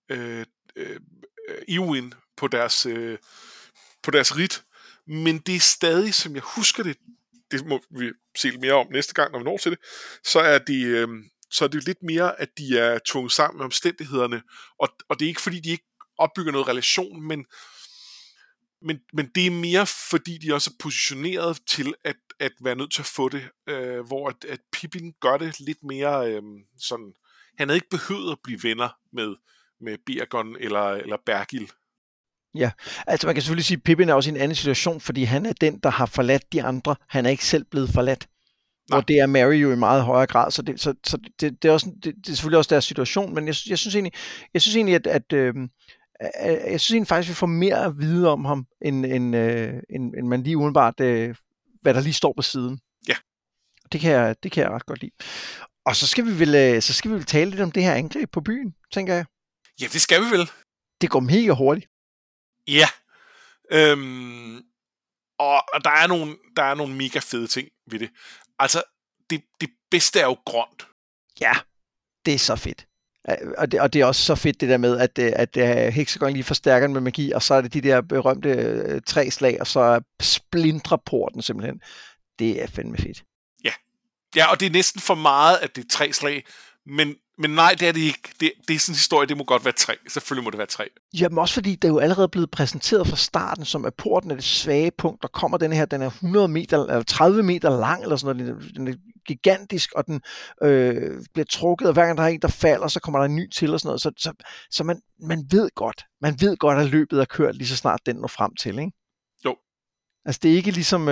Eowyn på deres rit, men det er stadig, som jeg husker det må vi se lidt mere om næste gang, når vi når til det, så er det lidt mere, at de er tvunget sammen med omstændighederne, og det er ikke fordi, de ikke opbygger noget relation, men det er mere fordi, de også er positioneret til at være nødt til at få det, hvor at Pippin gør det lidt mere sådan, han havde ikke behøvet at blive venner med Beregond eller Bergil. Ja, altså man kan selvfølgelig sige, at Pippin er også i en anden situation, fordi han er den, der har forladt de andre. Han er ikke selv blevet forladt. Nej. Hvor det er Merry jo i meget højere grad, så det er også, det er selvfølgelig også deres situation, men jeg synes egentlig, jeg synes egentlig faktisk, vi får mere at vide om ham, end man lige umiddelbart, hvad der lige står på siden. Ja. Det kan jeg ret godt lide. Og så skal vi vel tale lidt om det her angreb på byen, tænker jeg. Ja, det skal vi vel. Det går mega hurtigt. Ja. Og der er nogle mega fede ting ved det. Altså, det bedste er jo grønt. Ja, det er så fedt. Og det er også så fedt det der med, at Hexagon lige forstærker den med magi, og så er det de der berømte 3 slag, og så splintrer porten simpelthen. Det er fandme fedt. Ja, og det er næsten for meget, at det er 3 slag, men nej, det er det ikke. Det er sådan en historie, det må godt være 3. Selvfølgelig må det være 3. Jamen også fordi, det er jo allerede blevet præsenteret fra starten, som at porten er det svage punkt. Der kommer den her, den er 100 meter, eller 30 meter lang, eller sådan noget. Den er gigantisk, og den bliver trukket, og hver gang der er en, der falder, så kommer der en ny til, og sådan noget. Så man ved godt, at løbet er kørt, lige så snart den når frem til, ikke? Jo. Altså det er ikke ligesom,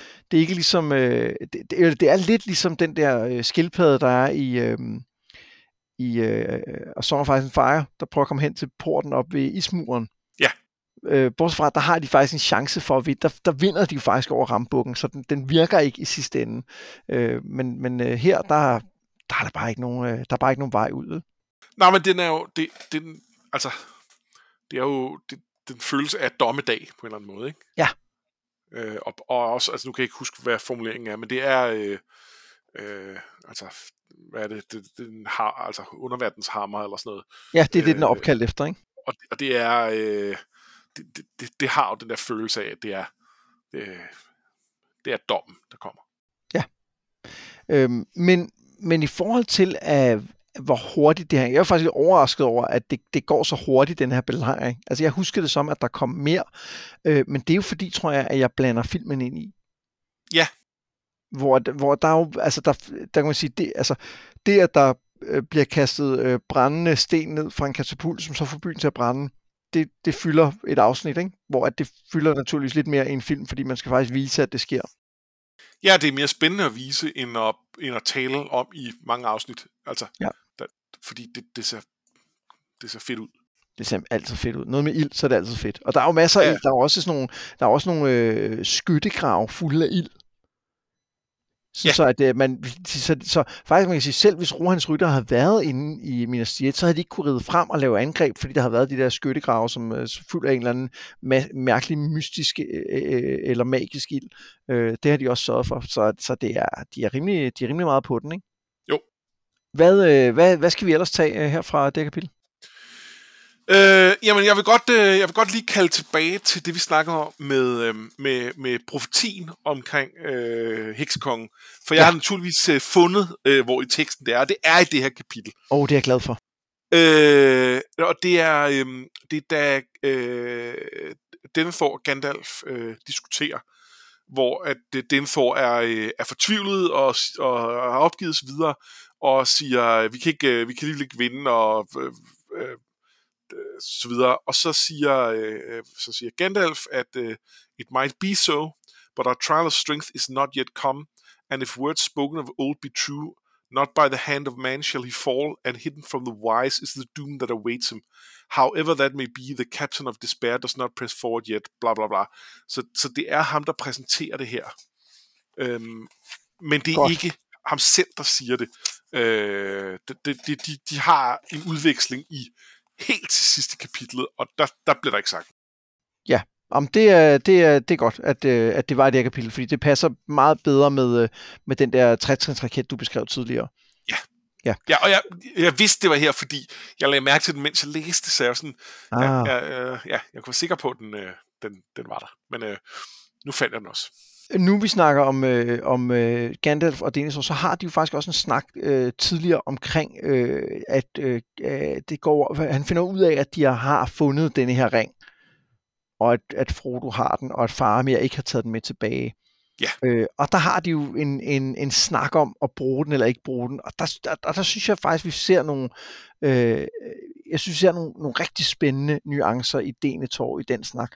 det er lidt ligesom den der skildpadde, der er i A Song of Ice and Fire, der prøver at komme hen til porten op ved ismuren. Ja. Bortset fra, der har de faktisk en chance for at vinde. Der vinder de jo faktisk over rambukken, så den virker ikke i sidste ende. Men her, der er der bare ikke nogen vej ud. Nej, men den er jo, altså, det er jo den følelse af dommedag på en eller anden måde, ikke? Ja. Og også, altså nu kan jeg ikke huske, hvad formuleringen er, men det er, altså, hvad er det? Den har, altså underverdens hammer eller sådan noget. Ja, det er det, den er opkaldt efter, ikke? Og det er, det har jo den der følelse af, at det er dommen, der kommer. Ja. Men i forhold til, hvor hurtigt det her, jeg er faktisk overrasket over, at det går så hurtigt, den her belejring. Altså jeg husker det som, at der kom mere, men det er jo fordi, tror jeg, at jeg blander filmen ind i. Ja. Hvor der er jo, altså der kan man sige, det at der bliver kastet brændende sten ned fra en katapult, som så får byen til at brænde, det fylder et afsnit, ikke? Hvor at det fylder naturligvis lidt mere i en film, fordi man skal faktisk vise, at det sker. Ja, det er mere spændende at vise, end at tale om i mange afsnit. Altså, ja. Fordi det ser fedt ud. Det ser altid fedt ud. Noget med ild, så er det altid fedt. Og der er jo masser af ild. Der er også nogle skyttegrav fulde af ild. Så at så faktisk man kan sige, selv hvis Rohans rytter havde været inde i Minas Tirith, så havde de ikke kunne ride frem og lave angreb, fordi der har været de der skyttegrave, som fyldt af en eller anden mærkelig mystisk eller magisk ild. Det har de også sørget for, så de er rimelig meget på den, ikke? Jo. Hvad skal vi ellers tage her fra det kapitel? Jamen, jeg vil godt lige kalde tilbage til det, vi snakker om med profetien omkring heksekongen. For jeg har naturligvis fundet, hvor i teksten det er, og det er i det her kapitel. Det er jeg glad for. Og det er da Denethor og Gandalf diskuterer, hvor at Denethor er fortvivlet og har opgivet sig videre, og siger, vi kan lige ikke vinde, og så videre. Og så siger Gandalf, at it might be so, but our trial of strength is not yet come, and if words spoken of old be true, not by the hand of man shall he fall, and hidden from the wise is the doom that awaits him. However that may be, the captain of despair does not press forward yet, bla bla bla. Så det er ham, der præsenterer det her. Men det er ikke ham selv, der siger det. De har en udveksling i helt til sidste kapitlet, og der bliver der ikke sagt. Ja, det er godt, at det var i det her kapitel, fordi det passer meget bedre med den der trætrinsraket, du beskrev tidligere. Ja, og jeg vidste, det var her, fordi jeg lagde mærke til den, mens jeg læste, så jeg sådan, jeg kunne være sikker på, at den var der. Men nu fandt jeg den også. Nu vi snakker om Gandalf og Denethor, så har de jo faktisk også en snak tidligere omkring, at det går, han finder ud af, at de har fundet denne her ring, og at Frodo har den, og at Faramir ikke har taget den med tilbage. Ja. Og der har de jo en snak om at bruge den eller ikke bruge den, og der synes jeg faktisk, vi ser nogle nogle rigtig spændende nuancer i Denethor i den snak.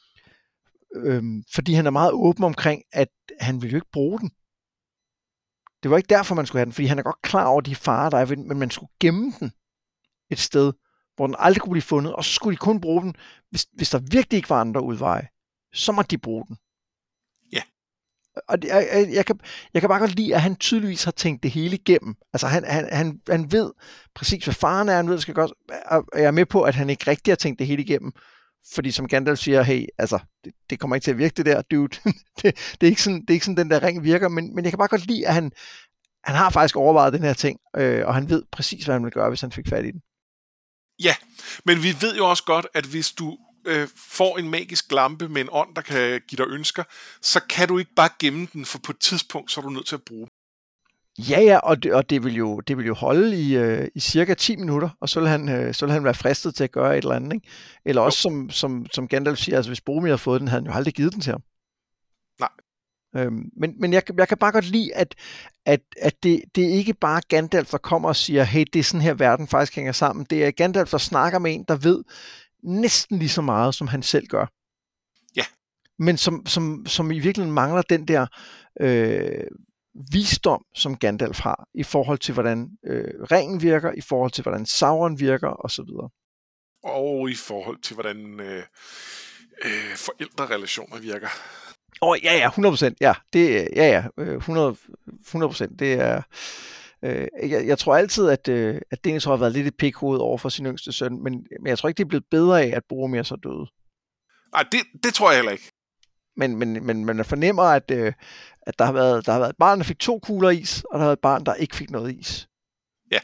Fordi han er meget åben omkring, at han vil jo ikke bruge den. Det var ikke derfor, man skulle have den, fordi han er godt klar over de farer, der er, men man skulle gemme den et sted, hvor den aldrig kunne blive fundet, og så skulle de kun bruge den, hvis der virkelig ikke var andre udveje, så må de bruge den. Ja. Og jeg kan bare godt lide, at han tydeligvis har tænkt det hele igennem. Altså han ved præcis, hvad faren er, han ved, det skal godt, og jeg er med på, at han ikke rigtig har tænkt det hele igennem, fordi som Gandalf siger, hey, altså, det kommer ikke til at virke det der, dude. det er ikke sådan, den der ring virker, men jeg kan bare godt lide, at han har faktisk overvejet den her ting, og han ved præcis, hvad han vil gøre, hvis han fik fat i den. Ja, men vi ved jo også godt, at hvis du får en magisk lampe med en ånd, der kan give dig ønsker, så kan du ikke bare gemme den, for på et tidspunkt, så er du nødt til at bruge den. Ja, og det vil jo holde i cirka 10 minutter, og så vil han være fristet til at gøre et eller andet, ikke? Eller også som Gandalf siger, altså hvis Boromir havde fået den, havde han jo aldrig givet den til ham. Nej. Men jeg kan bare godt lide, at det er ikke bare Gandalf, der kommer og siger, hey, det er sådan her, verden faktisk hænger sammen. Det er Gandalf, der snakker med en, der ved næsten lige så meget, som han selv gør. Ja. Men som i virkeligheden mangler den der visdom, som Gandalf har, i forhold til, hvordan ringen virker, i forhold til, hvordan Sauron virker, osv. Og i forhold til, hvordan forældrerelationer virker. Ja, 100%. Ja, det, 100%. Det er... Jeg tror altid, at Denethor har været lidt et pikhoved over for sin yngste søn, men jeg tror ikke, det er blevet bedre af, at Boromir så døde. Nej, det tror jeg heller ikke. Men man fornemmer, at der har været et barn, der fik 2 kugler is, og der har været et barn, der ikke fik noget is. Ja.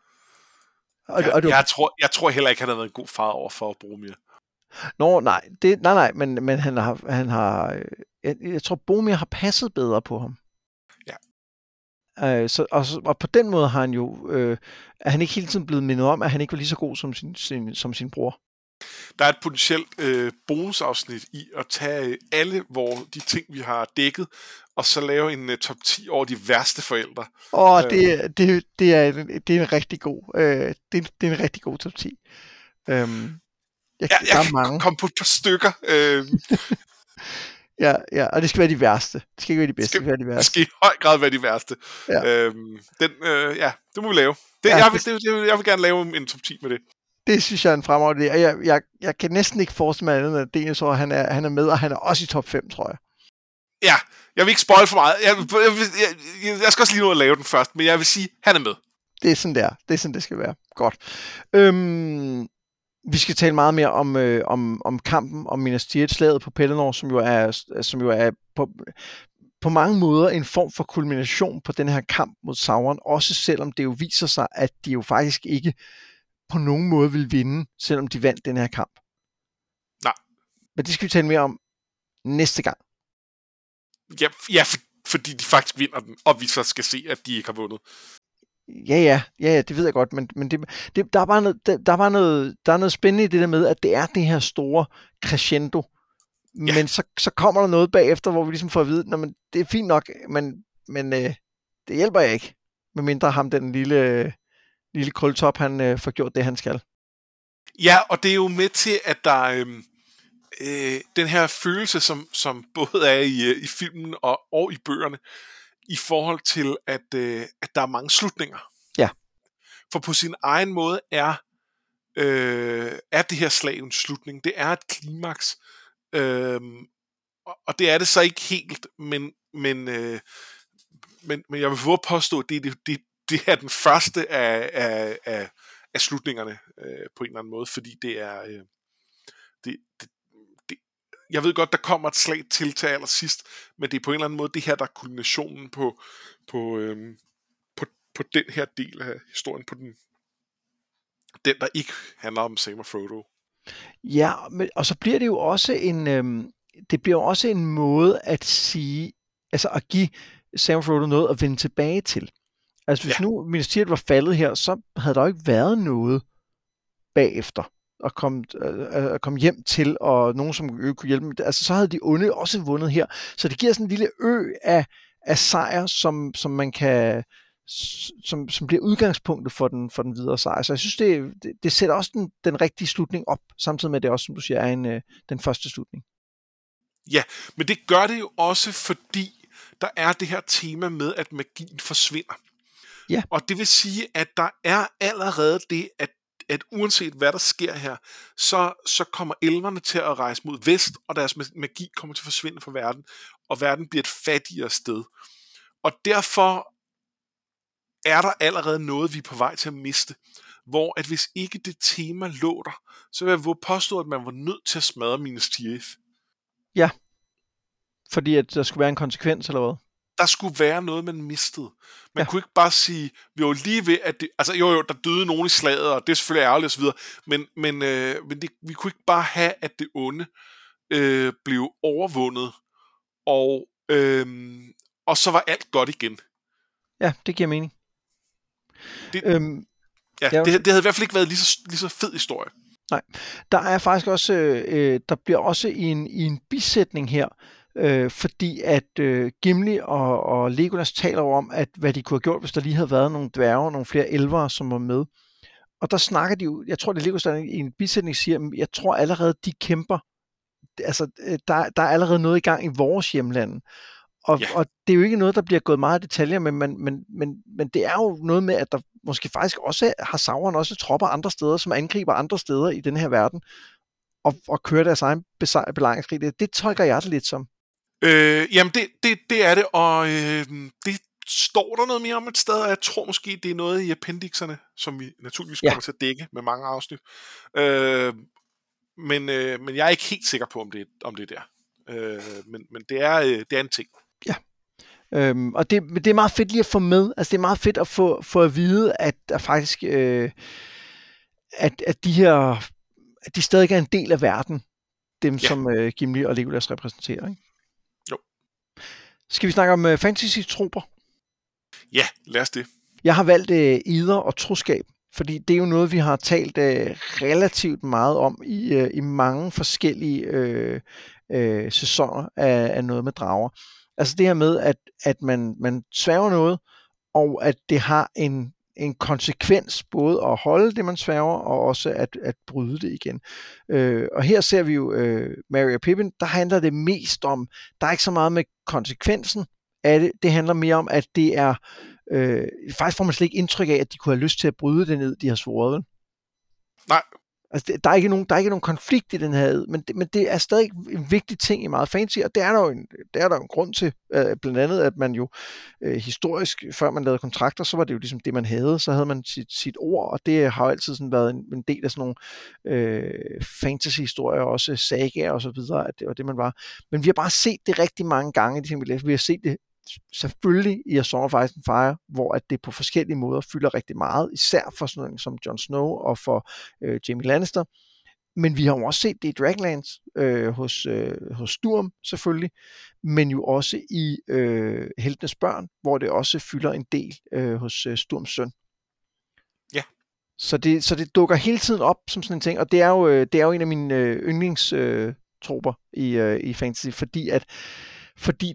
Jeg tror heller ikke, han har været en god far over for Boromir. Nej, men han har jeg tror, Boromir har passet bedre på ham. Ja. Og på den måde har han jo, er han ikke hele tiden blevet mindet om, at han ikke var lige så god som sin bror. Der er et potentielt bonusafsnit i at tage alle de ting, vi har dækket, og så lave en top 10 over de værste forældre. Det er en rigtig god, det er en rigtig god top 10. Jeg kan komme på et par stykker. Ja, og det skal være de værste. Det skal ikke være de bedste, det skal være de værste. Det skal i høj grad være de værste. Ja. Det må vi lave. Jeg vil gerne lave en top 10 med det. Det synes jeg er en fremragende idé, og jeg kan næsten ikke forestille mig andet, at Denethor, han er med, og han er også i top 5, tror jeg. Ja, jeg vil ikke spoil for meget. Jeg skal også lige nå at lave den først, men jeg vil sige, han er med. Det er sådan, det skal være. Godt. Vi skal tale meget mere om kampen om Minas Tirith, slaget på Pelennor, som jo er på mange måder en form for kulmination på den her kamp mod Sauron, også selvom det jo viser sig, at de jo faktisk ikke på nogen måde vil vinde, selvom de vandt den her kamp. Nej. Men det skal vi tale mere om næste gang. Ja, fordi de faktisk vinder den, og vi så skal se, at de ikke har vundet. Ja, det ved jeg godt, men der er noget spændende i det der med, at det er det her store crescendo, men så kommer der noget bagefter, hvor vi ligesom får at vide, men det er fint nok, men det hjælper jeg ikke, medmindre ham den lille krøltop, han får gjort det, han skal. Ja, og det er jo med til, at der den her følelse, som både er i filmen og i bøgerne, i forhold til, at der er mange slutninger. Ja. For på sin egen måde er det her slag en slutning. Det er et klimaks. Og det er det så ikke helt, men jeg vil våge påstå, at det er den første af slutningerne på en eller anden måde, fordi det er jeg ved godt, der kommer et slag til allersidst, men det er på en eller anden måde det her, der er kulminationen på den her del af historien, på den der ikke handler om Sam og Frodo. Ja, og så bliver det jo også en måde at sige, altså at give Sam og Frodo noget at vende tilbage til. Altså hvis nu ministeriet var faldet her, så havde der jo ikke været noget bagefter at komme hjem til, og nogen, som kunne hjælpe dem. Altså så havde de onde også vundet her. Så det giver sådan en lille af sejr, som man kan, som bliver udgangspunktet for den videre sejr. Så jeg synes, det sætter også den rigtige slutning op, samtidig med det også, som du siger, er den første slutning. Ja, men det gør det jo også, fordi der er det her tema med, at magien forsvinder. Ja. Og det vil sige, at der er allerede det, at uanset hvad der sker her, så kommer elverne til at rejse mod vest, og deres magi kommer til at forsvinde fra verden, og verden bliver et fattigere sted. Og derfor er der allerede noget, vi er på vej til at miste. Hvor at hvis ikke det tema lå der, så vil jeg påstå, at man var nødt til at smadre Minas Tirith. Ja, fordi at der skulle være en konsekvens, eller hvad? Der skulle være noget, man mistede. Man kunne ikke bare sige, vi var lige ved, at det, altså jo, der døde nogen i slaget, og det er selvfølgelig ærgerligt osv., men vi kunne ikke bare have, at det onde blev overvundet, og så var alt godt igen. Ja, det giver mening. Det havde i hvert fald ikke været lige så fed historie. Nej, der er faktisk også, der bliver også i en bisætning her, fordi at Gimli og Legolas taler om, at hvad de kunne have gjort, hvis der lige havde været nogle dværge og nogle flere elvere, som var med. Og der snakker de jo, jeg tror det Legolas der i en bisætning siger, jeg tror allerede de kæmper, altså der er allerede noget i gang i vores hjemlande. Og det er jo ikke noget, der bliver gået meget i detaljer, men det er jo noget med, at der måske faktisk også har Sauron også tropper andre steder, som angriber andre steder i den her verden, og kører deres egen belejringskrig. Det tolker jeg det lidt som. Jamen, det er det, og det står der noget mere om et sted, og jeg tror måske, det er noget i appendixerne, som vi naturligvis kommer til at dække med mange afsnit. Men jeg er ikke helt sikker på, om det er der. Men det er en ting. Ja. Og det er meget fedt lige at få med. Altså det er meget fedt at få at vide, at der faktisk at de stadig er en del af verden, dem som Gimli og Legolas repræsenterer, ikke? Jo. Skal vi snakke om fantasy-troper? Ja, lad os det. Jeg har valgt eder og troskab, fordi det er jo noget, vi har talt relativt meget om i mange forskellige sæsoner af noget med drager. Altså det her med, at man sværger noget, og at det har en konsekvens både at holde det, man sværger, og også at bryde det igen. Og her ser vi jo Merry og Pippin, der handler det mest om, der er ikke så meget med konsekvensen af det, det handler mere om, at det er, faktisk får man slet ikke indtryk af, at de kunne have lyst til at bryde det ned, de har svoret. Nej. Altså, der er ikke nogen konflikt i den her ed, men det er stadig en vigtig ting i meget fantasy, og det er der jo en grund til, blandt andet, at man jo historisk, før man lavede kontrakter, så var det jo ligesom det, man havde. Så havde man sit ord, og det har jo altid sådan været en del af sådan nogle fantasy-historier, også sagaer og så videre, at det var det, man var. Men vi har bare set det rigtig mange gange, vi har set det selvfølgelig i A Song of Ice and Fire, hvor at det på forskellige måder fylder rigtig meget, især for sådan noget som Jon Snow og for Jaime Lannister. Men vi har jo også set det i Dragonlance hos Sturm selvfølgelig, men jo også i Heltenes Børn, hvor det også fylder en del hos Sturms søn. Ja. Så det dukker hele tiden op som sådan en ting, og det er jo en af mine yndlingstropper i fantasy, fordi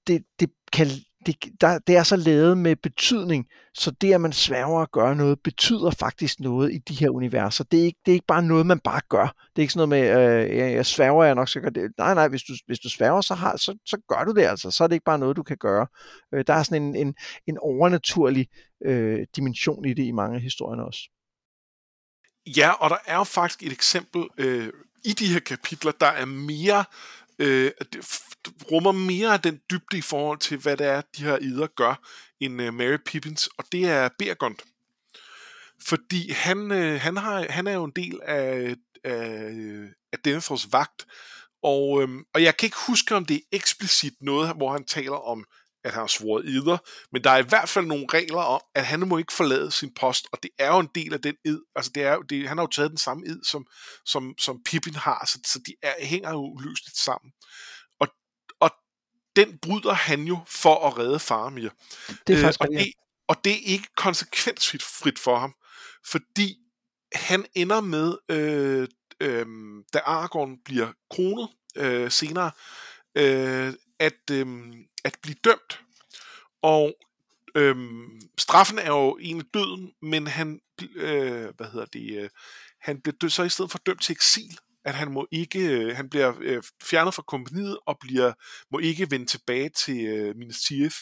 det er så lavet med betydning, så det, at man sværger at gøre noget, betyder faktisk noget i de her universer. Det er ikke bare noget, man bare gør. Det er ikke sådan noget med, jeg sværger, jeg nok skal gøre det. Nej, hvis du sværger, så gør du det altså. Så er det ikke bare noget, du kan gøre. Der er sådan en overnaturlig dimension i det i mange af historierne også. Ja, og der er jo faktisk et eksempel i de her kapitler, der er mere... rummer mere af den dybde i forhold til, hvad det er, de her eder gør, end Merry Pippins, og det er Beregond. Fordi han er jo en del af Denethors vagt, og jeg kan ikke huske, om det er eksplicit noget, hvor han taler om, at han har svoret eder, men der er i hvert fald nogle regler om, at han må ikke forlade sin post, og det er jo en del af den ed, altså han har jo taget den samme ed, som Pippin har, så de hænger jo uløseligt sammen. Og den bryder han jo for at redde Faramir. Det er faktisk og det er ikke konsekvensfrit for ham, fordi han ender med, da Aragorn bliver kronet senere, at blive dømt. Og straffen er jo egentlig døden, men han bliver så i stedet for dømt til eksil, at han bliver fjernet fra kompagniet og må ikke vende tilbage til Minas Tirith.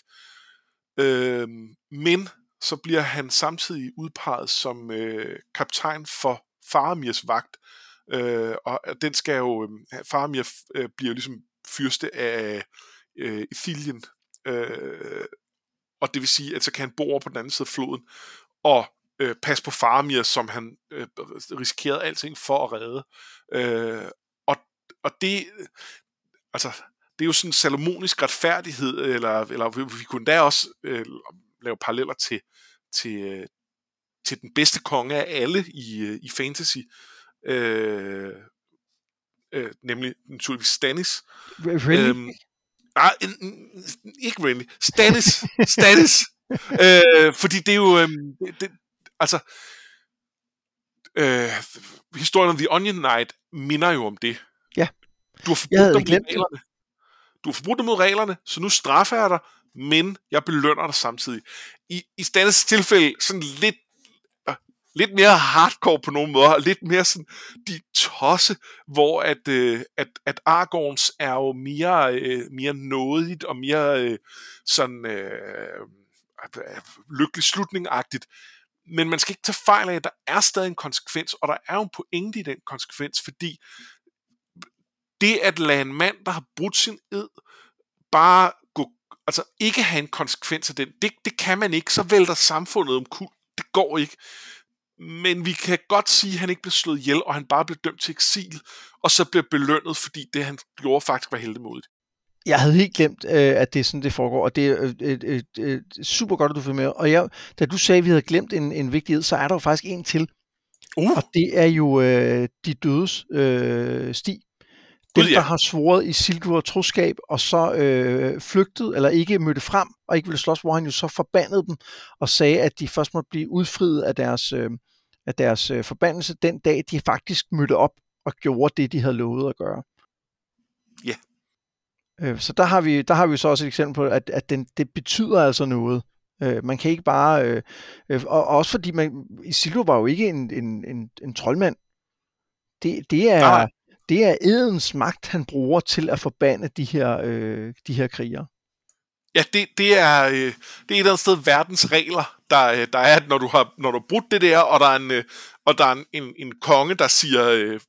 Men så bliver han samtidig udpeget som kaptajn for Faramirs vagt, og den skal jo Faramir bliver ligesom fyrste af Ithilien, og det vil sige, at så kan han bo over på den anden side af floden og passe på Faramir, som han risikerede alting for at redde. Og det, altså, det er jo sådan en salomonisk retfærdighed, eller vi kunne da også lave paralleller til den bedste konge af alle i fantasy, nemlig naturligvis Stannis. Really? Ikke really. Stannis. Fordi det er jo historien om The Onion Knight minder jo om det. Ja. Du har forbrudt dig mod reglerne, så nu straffer jeg dig, men jeg belønner dig samtidig. I Stannis' tilfælde sådan lidt mere hardcore på nogle måder, lidt mere sådan de tosse, hvor at Aragorns er jo mere nådigt og mere lykkelig slutning-agtigt. Men man skal ikke tage fejl af, at der er stadig en konsekvens, og der er jo en pointe i den konsekvens, fordi det at lade en mand, der har brudt sin ed, bare ikke have en konsekvens af den, det kan man ikke, så vælter samfundet omkuld. Det går ikke. Men vi kan godt sige, at han ikke blev slået ihjel, og han bare blev dømt til eksil, og så blev belønnet, fordi det, han gjorde, faktisk var heldemodigt. Jeg havde helt glemt, at det er sådan, det foregår, og det er super godt, at du får med. Og da du sagde, at vi havde glemt en vigtighed, så er der jo faktisk en til. Og det er jo de dødes sti. Dem, der har svoret i Sildur troskab, og så flygtet, eller ikke mødte frem, og ikke ville slås, hvor han jo så forbandede dem, og sagde, at de først måtte blive udfriet af deres forbandelse, den dag, de faktisk mødte op og gjorde det, de havde lovet at gøre. Ja. Så der har vi så også et eksempel på, at det betyder altså noget. Man kan ikke bare... og også fordi Isildur var jo ikke en troldmand. Det er edens magt, han bruger til at forbande de her krigere. Ja, det er et eller andet sted verdens regler, der er, når du har brudt det der, og og der er en konge, der siger,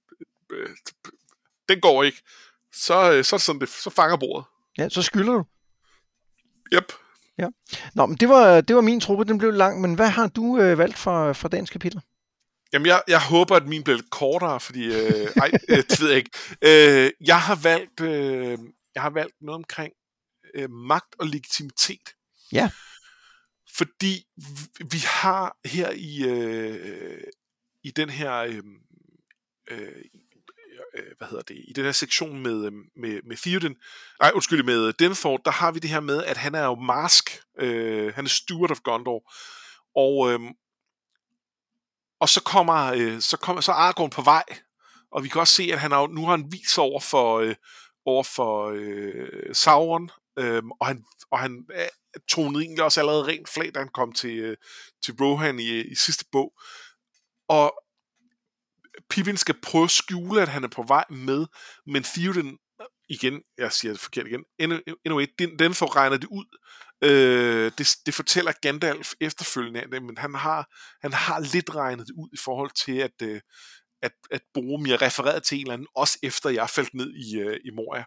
den går ikke, så er det sådan, så fanger bordet. Ja, så skylder du. Yep. Ja. Nå, men det var min truppe, den blev lang, men hvad har du valgt fra dagens kapitel? Jamen, jeg håber, at min bliver lidt kortere, fordi... det ved jeg ikke. Jeg har valgt noget omkring magt og legitimitet. Ja. Fordi vi har her i den her... i den her sektion med Theoden, med Denethor, der har vi det her med, at han er jo Marsk, han er Steward of Gondor, og så kommer Aragorn på vej, og vi kan også se, at nu har han vist over for Sauron, og han tonede egentlig også allerede rent flag, da han kom til Rohan i sidste bog. Og Pippin skal prøve at skjule, at han er på vej med, men Theoden, igen, jeg siger det forkert igen, anyway, den får regnet det ud. Det fortæller Gandalf efterfølgende, men han har lidt regnet det ud i forhold til, at Boromir refererede til en eller anden, også efter jeg faldt ned i Moria.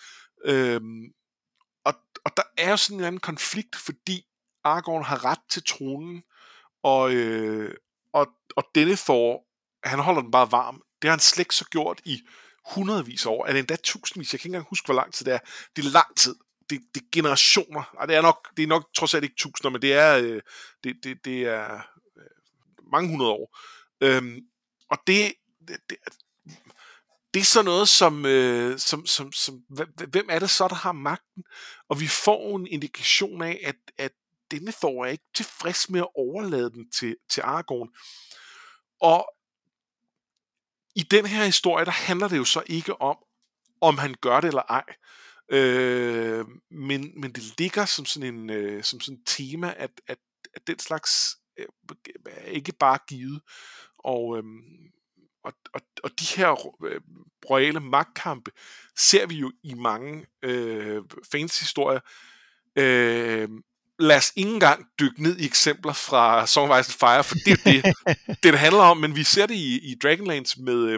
Og der er jo sådan en anden konflikt, fordi Aragorn har ret til tronen, og Denethor, han holder den bare varm. Det har han slet ikke så gjort i hundredvis af år, eller endda tusindvis. Jeg kan ikke engang huske, hvor lang tid det er. Det er lang tid. Det er generationer. Og det er nok trods alt ikke tusinder, men det er mange hundrede år. Og det er sådan noget som hvem er det så, der har magten? Og vi får en indikation af, at Denethor er ikke tilfreds med at overlade den til Aragorn. Og i den her historie, der handler det jo så ikke om han gør det eller ej. Men det ligger som sådan en tema, at den slags er ikke bare givet. Og de her royale magtkampe ser vi jo i mange fantasy-historier. Lad os ikke engang dykke ned i eksempler fra Song of Ice and Fire, for det er det handler om, men vi ser det i Dragonlance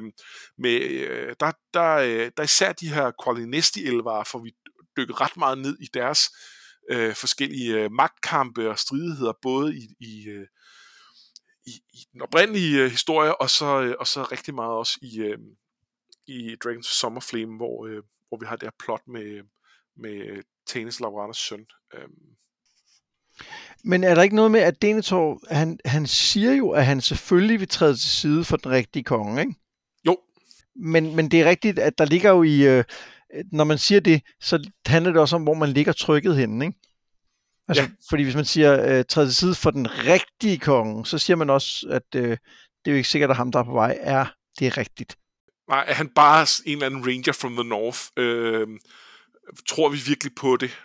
der især de her Qualinesti-elvere, for vi dykker ret meget ned i deres forskellige magtkampe og stridigheder, både i den oprindelige historie, og så rigtig meget også i Dragon's Summerflame, hvor vi har det her plot med Tanis Lauranas søn. Men er der ikke noget med, at Denethor, han siger jo, at han selvfølgelig vil træde til side for den rigtige konge, ikke? Jo. Men det er rigtigt, at der ligger jo i... når man siger det, så handler det også om, hvor man ligger trykket henne, ikke? Altså, ja. Fordi hvis man siger, træde til side for den rigtige konge, så siger man også, at det er jo ikke sikkert, at ham, der er på vej, er det rigtigt. Nej, er han bare en eller anden ranger from the north? Tror vi virkelig på det?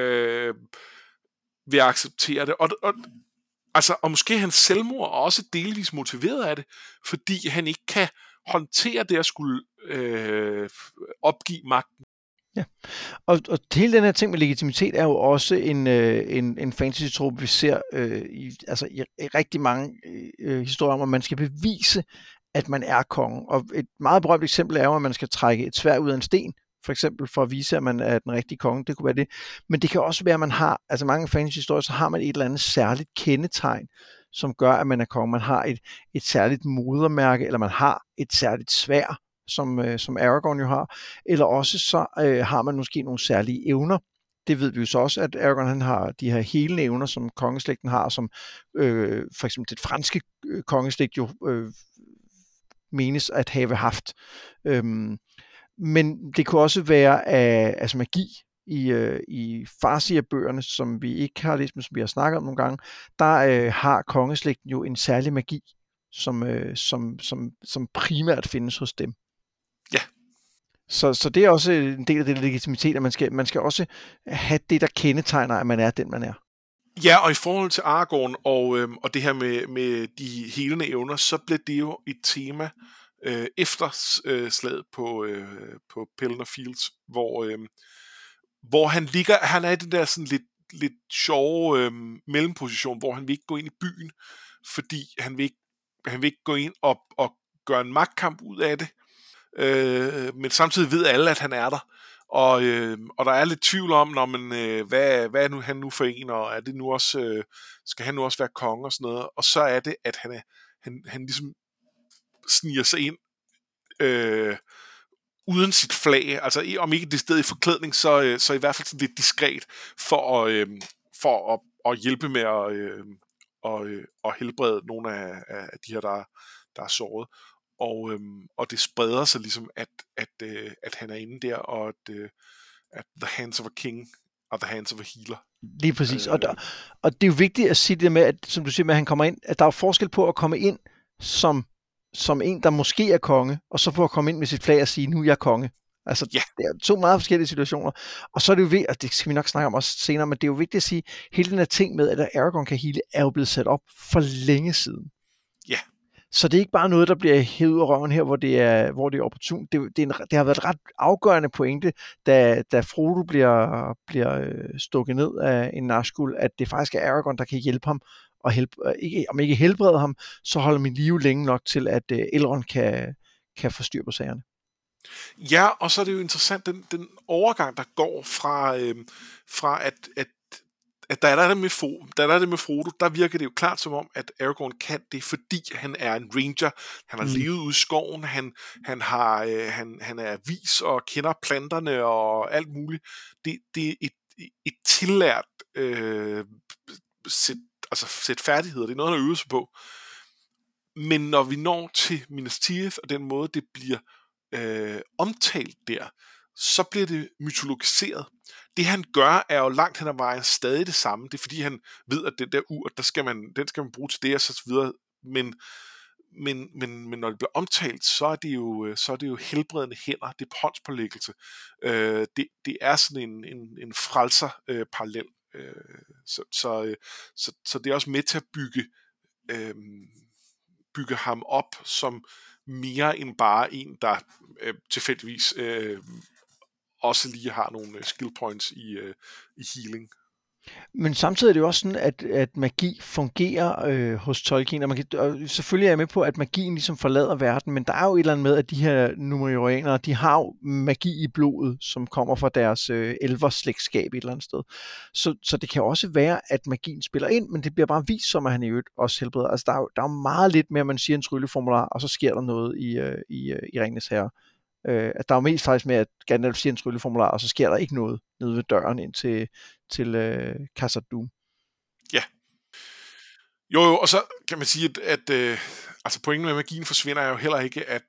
Vil jeg acceptere det? Og måske hans selvmord er også delvis motiveret af det, fordi han ikke kan håndtere det at skulle opgive magten. Ja, og hele den her ting med legitimitet er jo også en fantasy-trope, vi ser i rigtig mange historier om, at man skal bevise, at man er konge. Og et meget berømt eksempel er jo, at man skal trække et sværd ud af en sten, for eksempel for at vise, at man er den rigtige konge. Det kunne være det. Men det kan også være, at man har, altså mange fantasy-historier, så har man et eller andet særligt kendetegn, som gør, at man er konge. Man har et særligt modermærke, eller man har et særligt sværd, som Aragorn jo har, eller også så har man måske nogle særlige evner. Det ved vi jo så også, at Aragorn han har de her helende evner, som kongeslægten har, som for eksempel det franske kongeslægt jo menes at have haft. Men det kunne også være af magi i Farseer-bøgerne, som vi ikke har læst, men som vi har snakket om nogle gange. Der har kongeslægten jo en særlig magi, som primært findes hos dem. Ja. Så det er også en del af det legitimitet, at man skal også have det, der kendetegner, at man er den, man er. Ja, og i forhold til Aragorn og det her med de helende evner, så blev det jo et tema efter slaget på Pelennor Fields, hvor han er i den der sådan lidt sjove mellemposition, hvor han vil ikke gå ind i byen, fordi han vil ikke han vil ikke gå ind og gøre en magtkamp ud af det, men samtidig ved alle, at han er der. Og der er lidt tvivl om, når man, hvad er nu han nu for en, og er det nu også, skal han nu også være konge og sådan noget. Og så er det, at han ligesom sniger sig ind uden sit flag, altså om ikke det sted i forklædning, så i hvert fald sådan lidt diskret for at hjælpe med at helbrede nogle af de her, der er såret. Og det spreder sig ligesom, at han er inde der, og at the hands of a king are the hands of a healer. Lige præcis. Og det er jo vigtigt at sige det med, at, som du siger med, at han kommer ind, at der er forskel på at komme ind som en, der måske er konge, og så på at komme ind med sit flag og sige, nu er jeg konge. Altså, Ja. Det er to meget forskellige situationer. Og så er det jo vigtigt, og det skal vi nok snakke om også senere, men det er jo vigtigt at sige, hele den her ting med, at Aragorn kan hele, er jo blevet sat op for længe siden. Ja. Så det er ikke bare noget, der bliver hævet ud af røven her, hvor det er opportunt. Det har været et ret afgørende pointe, da Frodo bliver stukket ned af en Nazgul, at det faktisk er Aragorn, der kan hjælpe ham, og om ikke helbrede ham, så holder min liv længe nok til, at Elrond kan få styr på sagerne. Ja, og så er det jo interessant, den overgang, der går fra at der er det med Frodo, der virker det jo klart som om, at Aragorn kan det, fordi han er en ranger. Han har levet ude i skoven, han er vis og kender planterne og alt muligt. Det er et tillært sæt færdigheder. Det er noget, han har øvet sig på. Men når vi når til Minas Tirith, og den måde, det bliver omtalt der, så bliver det mytologiseret. Det han gør, er jo langt hen ad vejen stadig det samme. Det er fordi han ved, at den der ur, den skal man bruge til det og så videre. Men når det bliver omtalt, så er det jo helbredende hænder, det er håndspålæggelse. Det er sådan en frelser parallel. Så det er også med til at bygge ham op som mere end bare en, der tilfældigvis også lige har nogle skill points i healing. Men samtidig er det jo også sådan, at magi fungerer hos Tolkien, og selvfølgelig er jeg med på, at magien ligesom forlader verden, men der er jo et eller andet med, at de her Numenoreanere, de har jo magi i blodet, som kommer fra deres elverslægtskab et eller andet sted. Så det kan også være, at magien spiller ind, men det bliver bare vist som, at han i øvrigt også helbreder. Altså der er jo meget lidt mere, at man siger en trylleformular, og så sker der noget i Ringenes Herre. At der er jo mest faktisk med, at Gandalf siger en trylleformular, og så sker der ikke noget nede ved døren ind til Khazad-dûm. Ja. Jo, og så kan man sige, at altså pointen med magien forsvinder jo heller ikke, at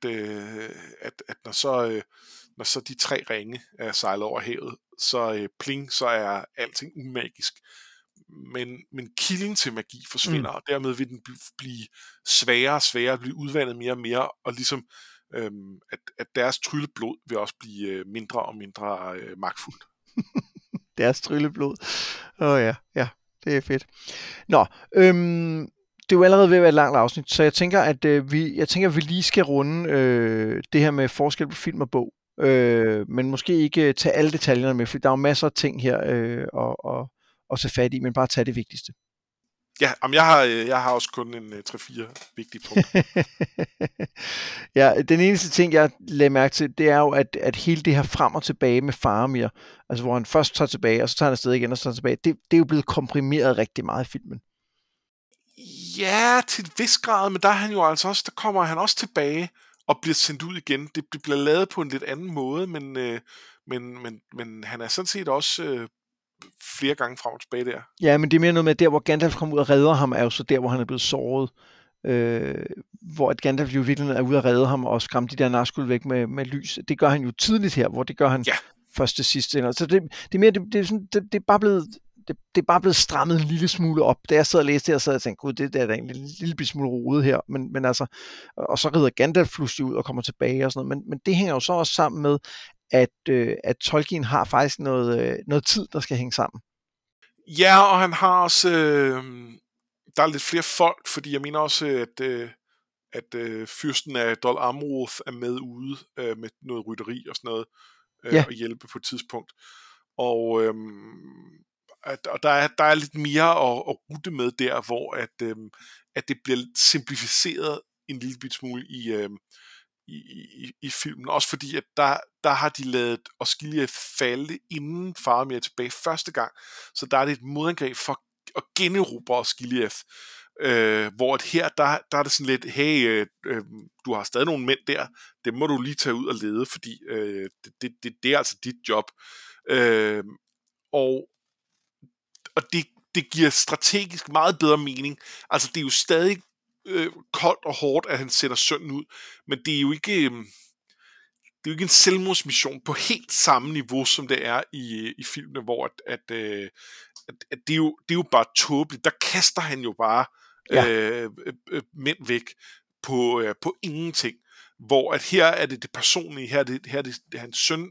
når så de 3 ringe er sejlet over havet, så pling, så er alting umagisk. Men kilden til magi forsvinder, og dermed vil den blive sværere og sværere, at blive udvandet mere og mere, og ligesom at deres trylleblod vil også blive mindre og mindre magtfuldt. Deres trylleblod. Ja, det er fedt. Nå, det er jo allerede ved at være et langt afsnit, så jeg tænker, at vi lige skal runde det her med forskel på film og bog. Men måske ikke tage alle detaljerne med, for der er jo masser af ting her at tage fat i, men bare tage det vigtigste. Ja, jeg har også kun en 3-4 vigtige punkter. Ja, den eneste ting, jeg lagde mærke til, det er jo, at hele det her frem og tilbage med Faramir, altså hvor han først tager tilbage, og så tager han afsted igen, og så tager tilbage, det er jo blevet komprimeret rigtig meget i filmen. Ja, til et vis grad, men der kommer han også tilbage og bliver sendt ud igen. Det bliver lavet på en lidt anden måde, men han er sådan set også flere gange frem og tilbage der. Ja, men det er mere noget med, at der hvor Gandalf kommer ud og redder ham, er jo så der, hvor han er blevet såret. Hvor at Gandalf jo virkelig er ude og redde ham og skræmme de der Nazgul væk med lys. Det gør han jo tidligt her, hvor det gør han først til sidst. Så det er mere, det er bare blevet... Det er bare blevet strammet en lille smule op. Da jeg sad og læste her, så jeg tænkte, gud, det er da en lille smule rodet her. Men altså, og så rider Gandalf pludselig ud og kommer tilbage og sådan noget. Men det hænger jo så også sammen med, at Tolkien har faktisk noget tid, der skal hænge sammen. Ja, og han har også... der er lidt flere folk, fordi jeg mener også, at fyrsten af Dol Amroth er med ude med noget rytteri og sådan noget, og hjælpe på et tidspunkt. Og der er lidt mere at rute med der, hvor at det bliver simplificeret en lille bit smule i filmen, også fordi, at der har de lavet Osgiliath falde, inden Faramir er tilbage første gang, så der er det et modangreb for at generobre Osgiliath, hvor at her, der er det sådan lidt, hey, du har stadig nogle mænd der, dem må du lige tage ud og lede, fordi det er altså dit job. Og det giver strategisk meget bedre mening. Altså, det er jo stadig koldt og hårdt, at han sætter sønnen ud, men det er jo ikke en selvmordsmission på helt samme niveau, som det er i filmene, hvor at det er jo bare tåbeligt. Der kaster han jo bare mænd væk på ingenting. Hvor at her er det personlige, her er det hans søn,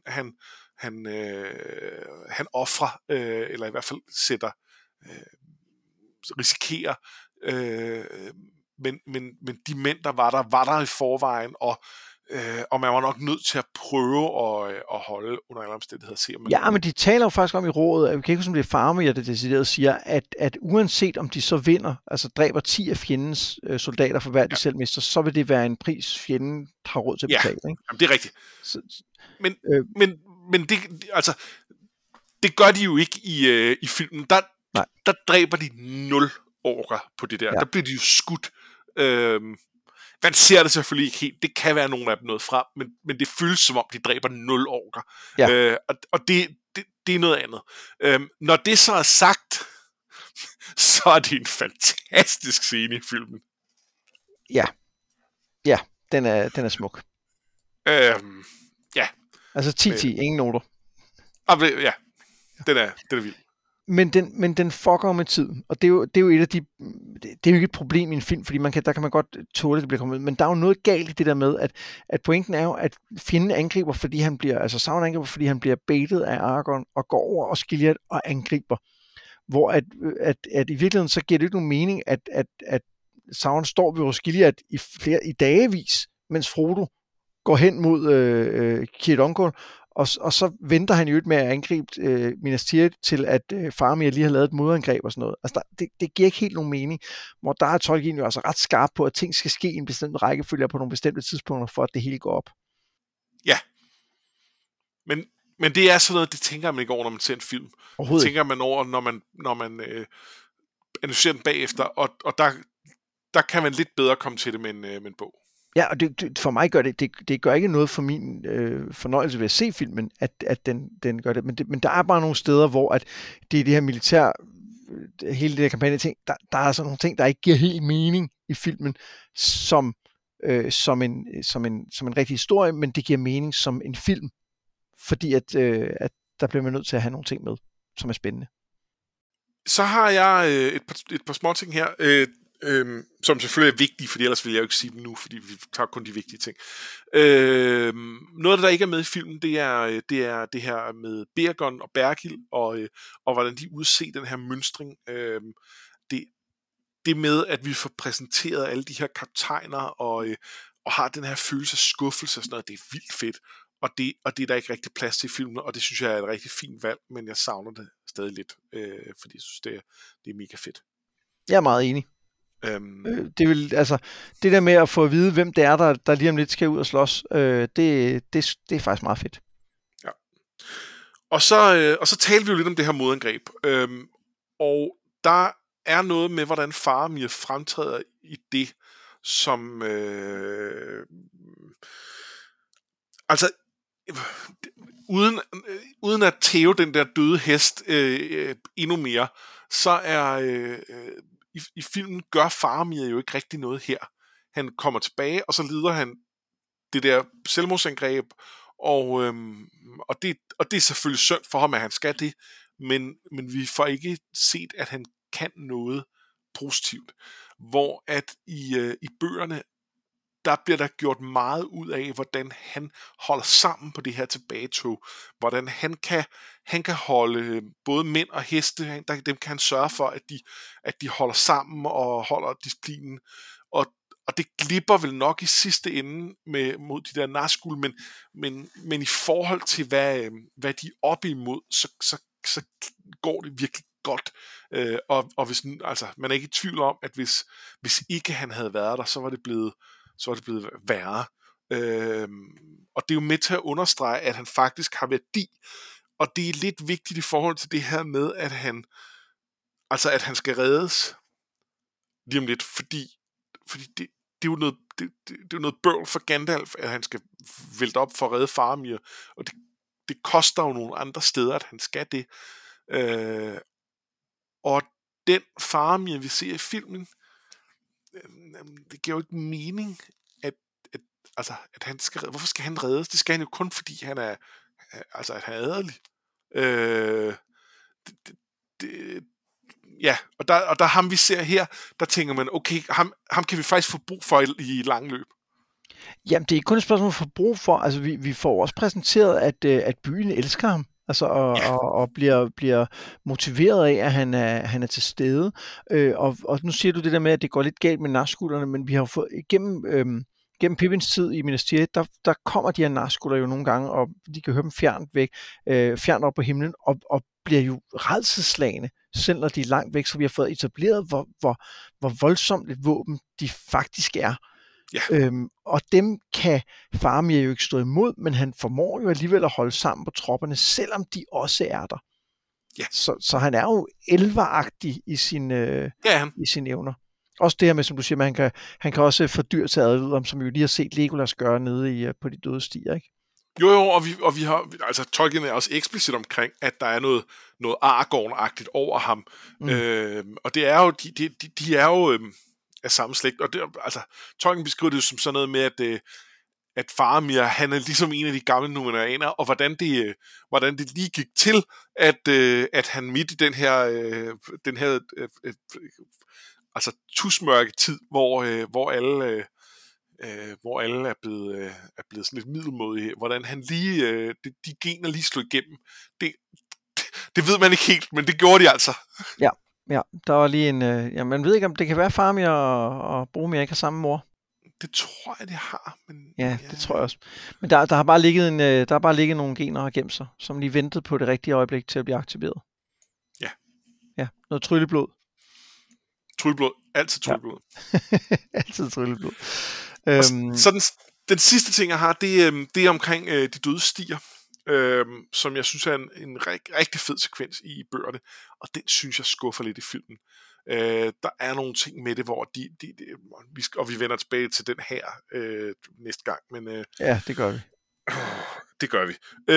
han offrer, eller i hvert fald sætter, risikerer, men de mænd, der var der i forvejen, og man var nok nødt til at prøve at holde under alle omstændigheder. Se, men de taler jo faktisk om i rådet, at vi kan ikke huske, om det er Faramir, der decideret siger, at uanset om de så vinder, altså dræber 10 af fjendens soldater for hver de selv mister, så vil det være en pris, fjenden har råd til at betale. Ikke? Jamen, det er rigtigt. Men det, altså, det gør de jo ikke i filmen. Der dræber de 0 orker på det der. Ja. Der bliver de jo skudt. Man ser det selvfølgelig ikke helt. Det kan være nogle af dem nået frem, men det føles som om, de dræber 0 orker. Ja. Og det er noget andet. Når det så er sagt, så er det en fantastisk scene i filmen. Ja, den er smuk. Ja. Altså 10-10, ingen noter. Ja, den er vild. Men den fucker med tiden, og det er jo et af de, det er jo ikke et problem i en film, fordi der kan man godt tåle, at det bliver kommet ud, men der er jo noget galt i det der med, at pointen er jo, at fjenden angriber, fordi han bliver, altså Sauron angriber, fordi han bliver baitet af Aragorn, og går over og Osgiliath og angriber, hvor at i virkeligheden, så giver det ikke nogen mening, at Sauron står ved Osgiliath i dagevis, mens Frodo går hen mod Círdan Ungol, og så venter han jo med at angribe Minas Tirith til, at Faramir lige har lavet et modangreb og sådan noget. Altså, det giver ikke helt nogen mening, hvor der er Tolkien jo altså ret skarp på, at ting skal ske i en bestemt rækkefølge på nogle bestemte tidspunkter, for at det hele går op. Ja. Men det er sådan noget, det tænker man ikke over, når man ser en film. Det tænker man over, når man analyserer den bagefter, og der kan man lidt bedre komme til det med en bog. Ja, og det for mig gør det gør ikke noget for min fornøjelse ved at se filmen, at den gør det. Men der er bare nogle steder, hvor at det er det her militær, hele det her kampagne ting, der er altså nogle ting, der ikke giver helt mening i filmen, som en rigtig historie, men det giver mening som en film, fordi at der bliver man nødt til at have nogle ting med, som er spændende. Så har jeg et par små ting her, som selvfølgelig er vigtige, for ellers vil jeg jo ikke sige dem nu, fordi vi tager kun de vigtige ting. Noget, der ikke er med i filmen, det er det her med Beregond og Bergild, og hvordan de udser den her mønstring. Det med, at vi får præsenteret alle de her kaptajner, og har den her følelse af skuffelse og sådan noget, det er vildt fedt. Og det er der ikke rigtig plads til i filmen, og det synes jeg er et rigtig fint valg, men jeg savner det stadig lidt, fordi jeg synes, det er mega fedt. Jeg er meget enig. Det vil, altså, det der med at få at vide, hvem det er, der lige om lidt skal ud og slås, det er faktisk meget fedt. Ja. Og så talte vi jo lidt om det her modangreb, og der er noget med, hvordan Faramir fremtræder i det, som altså uden at tæve den der døde hest endnu mere, så er i filmen gør Faramir jo ikke rigtig noget her. Han kommer tilbage, og så leder han det der selvmordsangreb, og det er selvfølgelig synd for ham, at han skal det, men vi får ikke set, at han kan noget positivt. Hvor at i bøgerne, der bliver der gjort meget ud af, hvordan han holder sammen på det her tilbagetog. Hvordan han kan holde både mænd og heste, dem kan han sørge for, at de holder sammen og holder disciplinen. Og det glipper vel nok i sidste ende mod de der Nazgûl, men i forhold til, hvad de er oppe imod, så går det virkelig godt. Og hvis, altså, man er ikke i tvivl om, at hvis ikke han havde været der, så var det blevet så er det blevet værre. Og det er jo med til at understrege, at han faktisk har værdi, og det er lidt vigtigt i forhold til det her med, at han skal reddes lige om lidt, fordi det er jo noget, det er jo noget bøvl for Gandalf, at han skal vælte op for at redde Faramir, og det koster jo nogle andre steder, at han skal det. Og den Faramir, vi ser i filmen, det giver jo ikke mening, at han skal reddes. Hvorfor skal han reddes? Det skal han jo kun, fordi han er at han er adelig. Ja, og der ham vi ser her, der tænker man, okay, ham kan vi faktisk få brug for i lang løb. Jamen, det er ikke kun et spørgsmål for brug for, altså vi får også præsenteret, at byen elsker ham, altså og bliver motiveret af, at han er til stede. Og nu siger du det der med, at det går lidt galt med Nazgûlerne, men vi har jo fået gennem Pippins tid i Minas Tirith, der kommer de her Nazgûler jo nogle gange, og de kan høre dem fjernt op på himlen, og bliver jo rædselsslagne, selv når de er langt væk, så vi har fået etableret, hvor voldsomt et våben de faktisk er. Ja. Og dem kan Faramir jo ikke stå imod, men han formår jo alligevel at holde sammen på tropperne, selvom de også er der. Ja. Så han er jo elveragtig i sine evner. Også det her med, som du siger, at han kan også fordyre til advidere, som vi jo lige har set Legolas gøre nede på de døde stier, ikke? Jo, og vi har, altså Tolkien er også eksplicit omkring, at der er noget Aragorn-agtigt over ham. Og det er jo, de er jo af samme slægt, og det, altså Tolkien beskriver det jo som sådan noget med, at Faramir, han er ligesom en af de gamle Numenoreaner, og hvordan det lige gik til, at han midt i den her altså tusmørke tid, hvor alle er blevet sådan lidt middelmådige, hvordan han lige de gener lige slog igennem. Det ved man ikke helt, men det gjorde de altså. Ja, der var lige en man ved ikke, om det kan være Faramir og Boromir ikke har samme mor. Det tror jeg, de har. Men, ja, det tror jeg også. Men der har bare ligget nogle gener og gemt sig, som lige ventede på det rigtige øjeblik til at blive aktiveret. Ja. Ja, noget trylleblod. Trylleblod. Altid trylleblod. Ja. Altid trylleblod. Så den sidste ting, jeg har, det er omkring de døde stier, som jeg synes er en rigtig fed sekvens i bøgerne, og den synes jeg skuffer lidt i filmen. Der er nogle ting med det, hvor vi vender tilbage til den her næste gang. Men, ja, det gør vi. Det gør vi.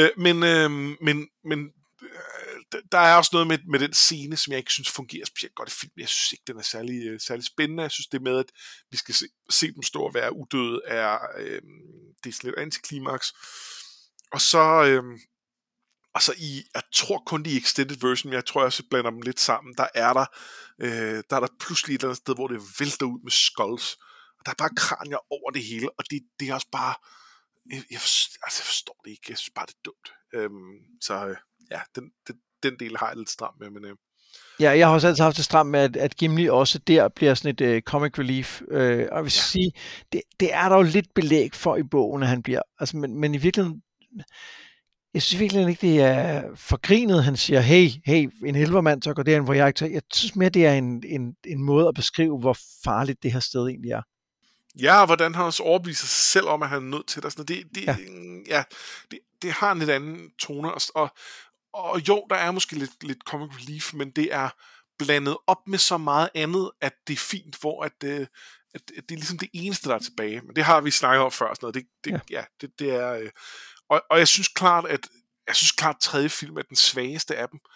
Men der er også noget med den scene, som jeg ikke synes fungerer specielt godt i filmen. Jeg synes ikke, den er særlig spændende. Jeg synes, det med, at vi skal se dem stå og være udøde, det er sådan lidt antiklimaks. Og så jeg tror kun de extended version, men jeg tror også, jeg blander dem lidt sammen. Der er der pludselig et eller andet sted, hvor det vælter ud med skulls. Og der er bare kranier over det hele, og det er også bare... Jeg forstår det ikke. Jeg synes bare, det er dumt. Den del har jeg lidt stramt med, men... Ja, jeg har også altid haft det stramt med, at Gimli også der bliver sådan et comic relief. Og jeg vil sige, det er der jo lidt belæg for i bogen, at han bliver. Altså, men i virkeligheden... Jeg synes virkelig ikke, det er forgrinet, han siger, hey, en elvermand tør gå derind, hvor jeg ikke tør. Jeg synes mere, det er en måde at beskrive, hvor farligt det her sted egentlig er. Ja, og hvordan han også overbeviser sig selv om, at han er nødt til det. Det har en lidt anden tone. Og jo, der er måske lidt comic relief, men det er blandet op med så meget andet, at det er fint, hvor at det er ligesom det eneste, der er tilbage. Men det har vi snakket om før. Sådan noget. Det er... Og jeg synes klart, at tredje film er den svageste af dem.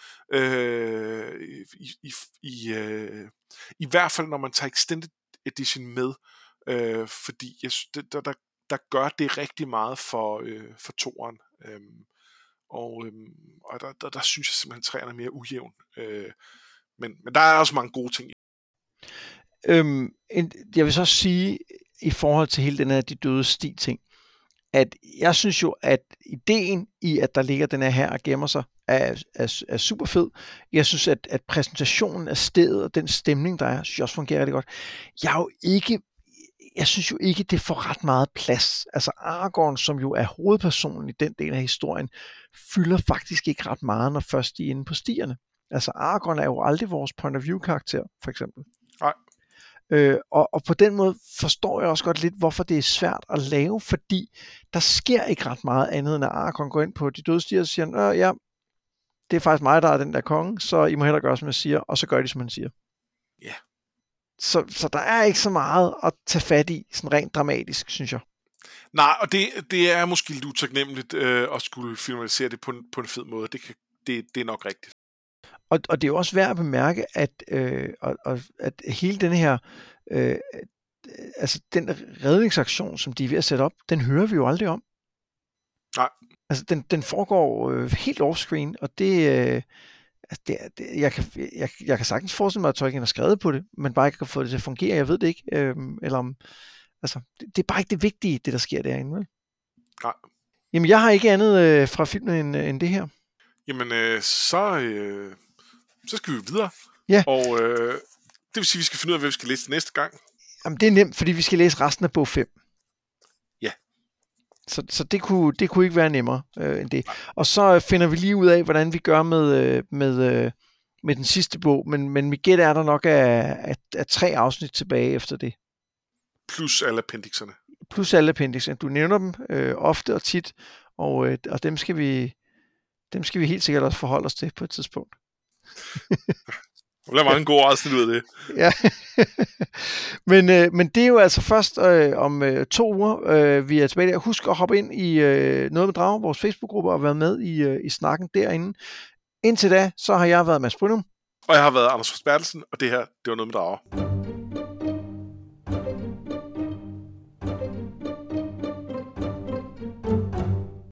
I hvert fald, når man tager Extended Edition med. Fordi jeg synes, der gør det rigtig meget for toeren. Og der synes jeg simpelthen, at træerne er mere ujævn. Men der er også mange gode ting. Jeg vil så sige, i forhold til hele den her de døde sti ting, at jeg synes jo, at ideen i, at der ligger den her og gemmer sig, er super fed. Jeg synes, at præsentationen af stedet og den stemning, der er, synes jeg også fungerer rigtig godt. Jeg synes jo ikke, det får ret meget plads. Altså Aragorn, som jo er hovedpersonen i den del af historien, fylder faktisk ikke ret meget, når først de er inde på stierne. Altså Aragorn er jo aldrig vores point of view karakter, for eksempel. Nej. Og på den måde forstår jeg også godt lidt, hvorfor det er svært at lave, fordi der sker ikke ret meget andet, end at Aragorn går ind på de døde stier og siger, ja, det er faktisk mig, der er den der konge, så I må hellere gøre, som jeg siger, og så gør de, som han siger. Ja. Yeah. Så der er ikke så meget at tage fat i, sådan rent dramatisk, synes jeg. Nej, og det er måske lidt utaknemmeligt at skulle filmatisere det på en fed måde. Det er nok rigtigt. Og det er jo også værd at bemærke, at hele den her, altså den redningsaktion, som de er ved at sætte op, den hører vi jo aldrig om. Nej. Altså den foregår helt offscreen, og jeg kan sagtens forestille mig, at Tolkien har skrevet på det, men bare ikke kan få det til at fungere. Jeg ved det ikke. Eller om, altså, det er bare ikke det vigtige, det der sker derinde. Vel? Nej. Jamen, jeg har ikke andet fra filmen end det her. Jamen, så skal vi videre. Ja. Og det vil sige, at vi skal finde ud af, hvad vi skal læse næste gang. Jamen, det er nemt, fordi vi skal læse resten af bog 5. Ja. Så det kunne ikke være nemmere end det. Og så finder vi lige ud af, hvordan vi gør med den sidste bog. Men mit gæt er der nok af 3 afsnit tilbage efter det. Plus alle appendixerne. Plus alle appendixerne. Du nævner dem ofte og tit, og dem skal vi helt sikkert også forholde os til på et tidspunkt. Der bliver mange gode afsnit ud af det. Ja. Men det er jo altså først om 2 uger, vi er tilbage der. Husk at hoppe ind i Noget med Drager, vores Facebook-gruppe, og være med i snakken derinde. Indtil da, så har jeg været Mads Brynum. Og jeg har været Anders Bertelsen, og det her, det var Noget med Drager.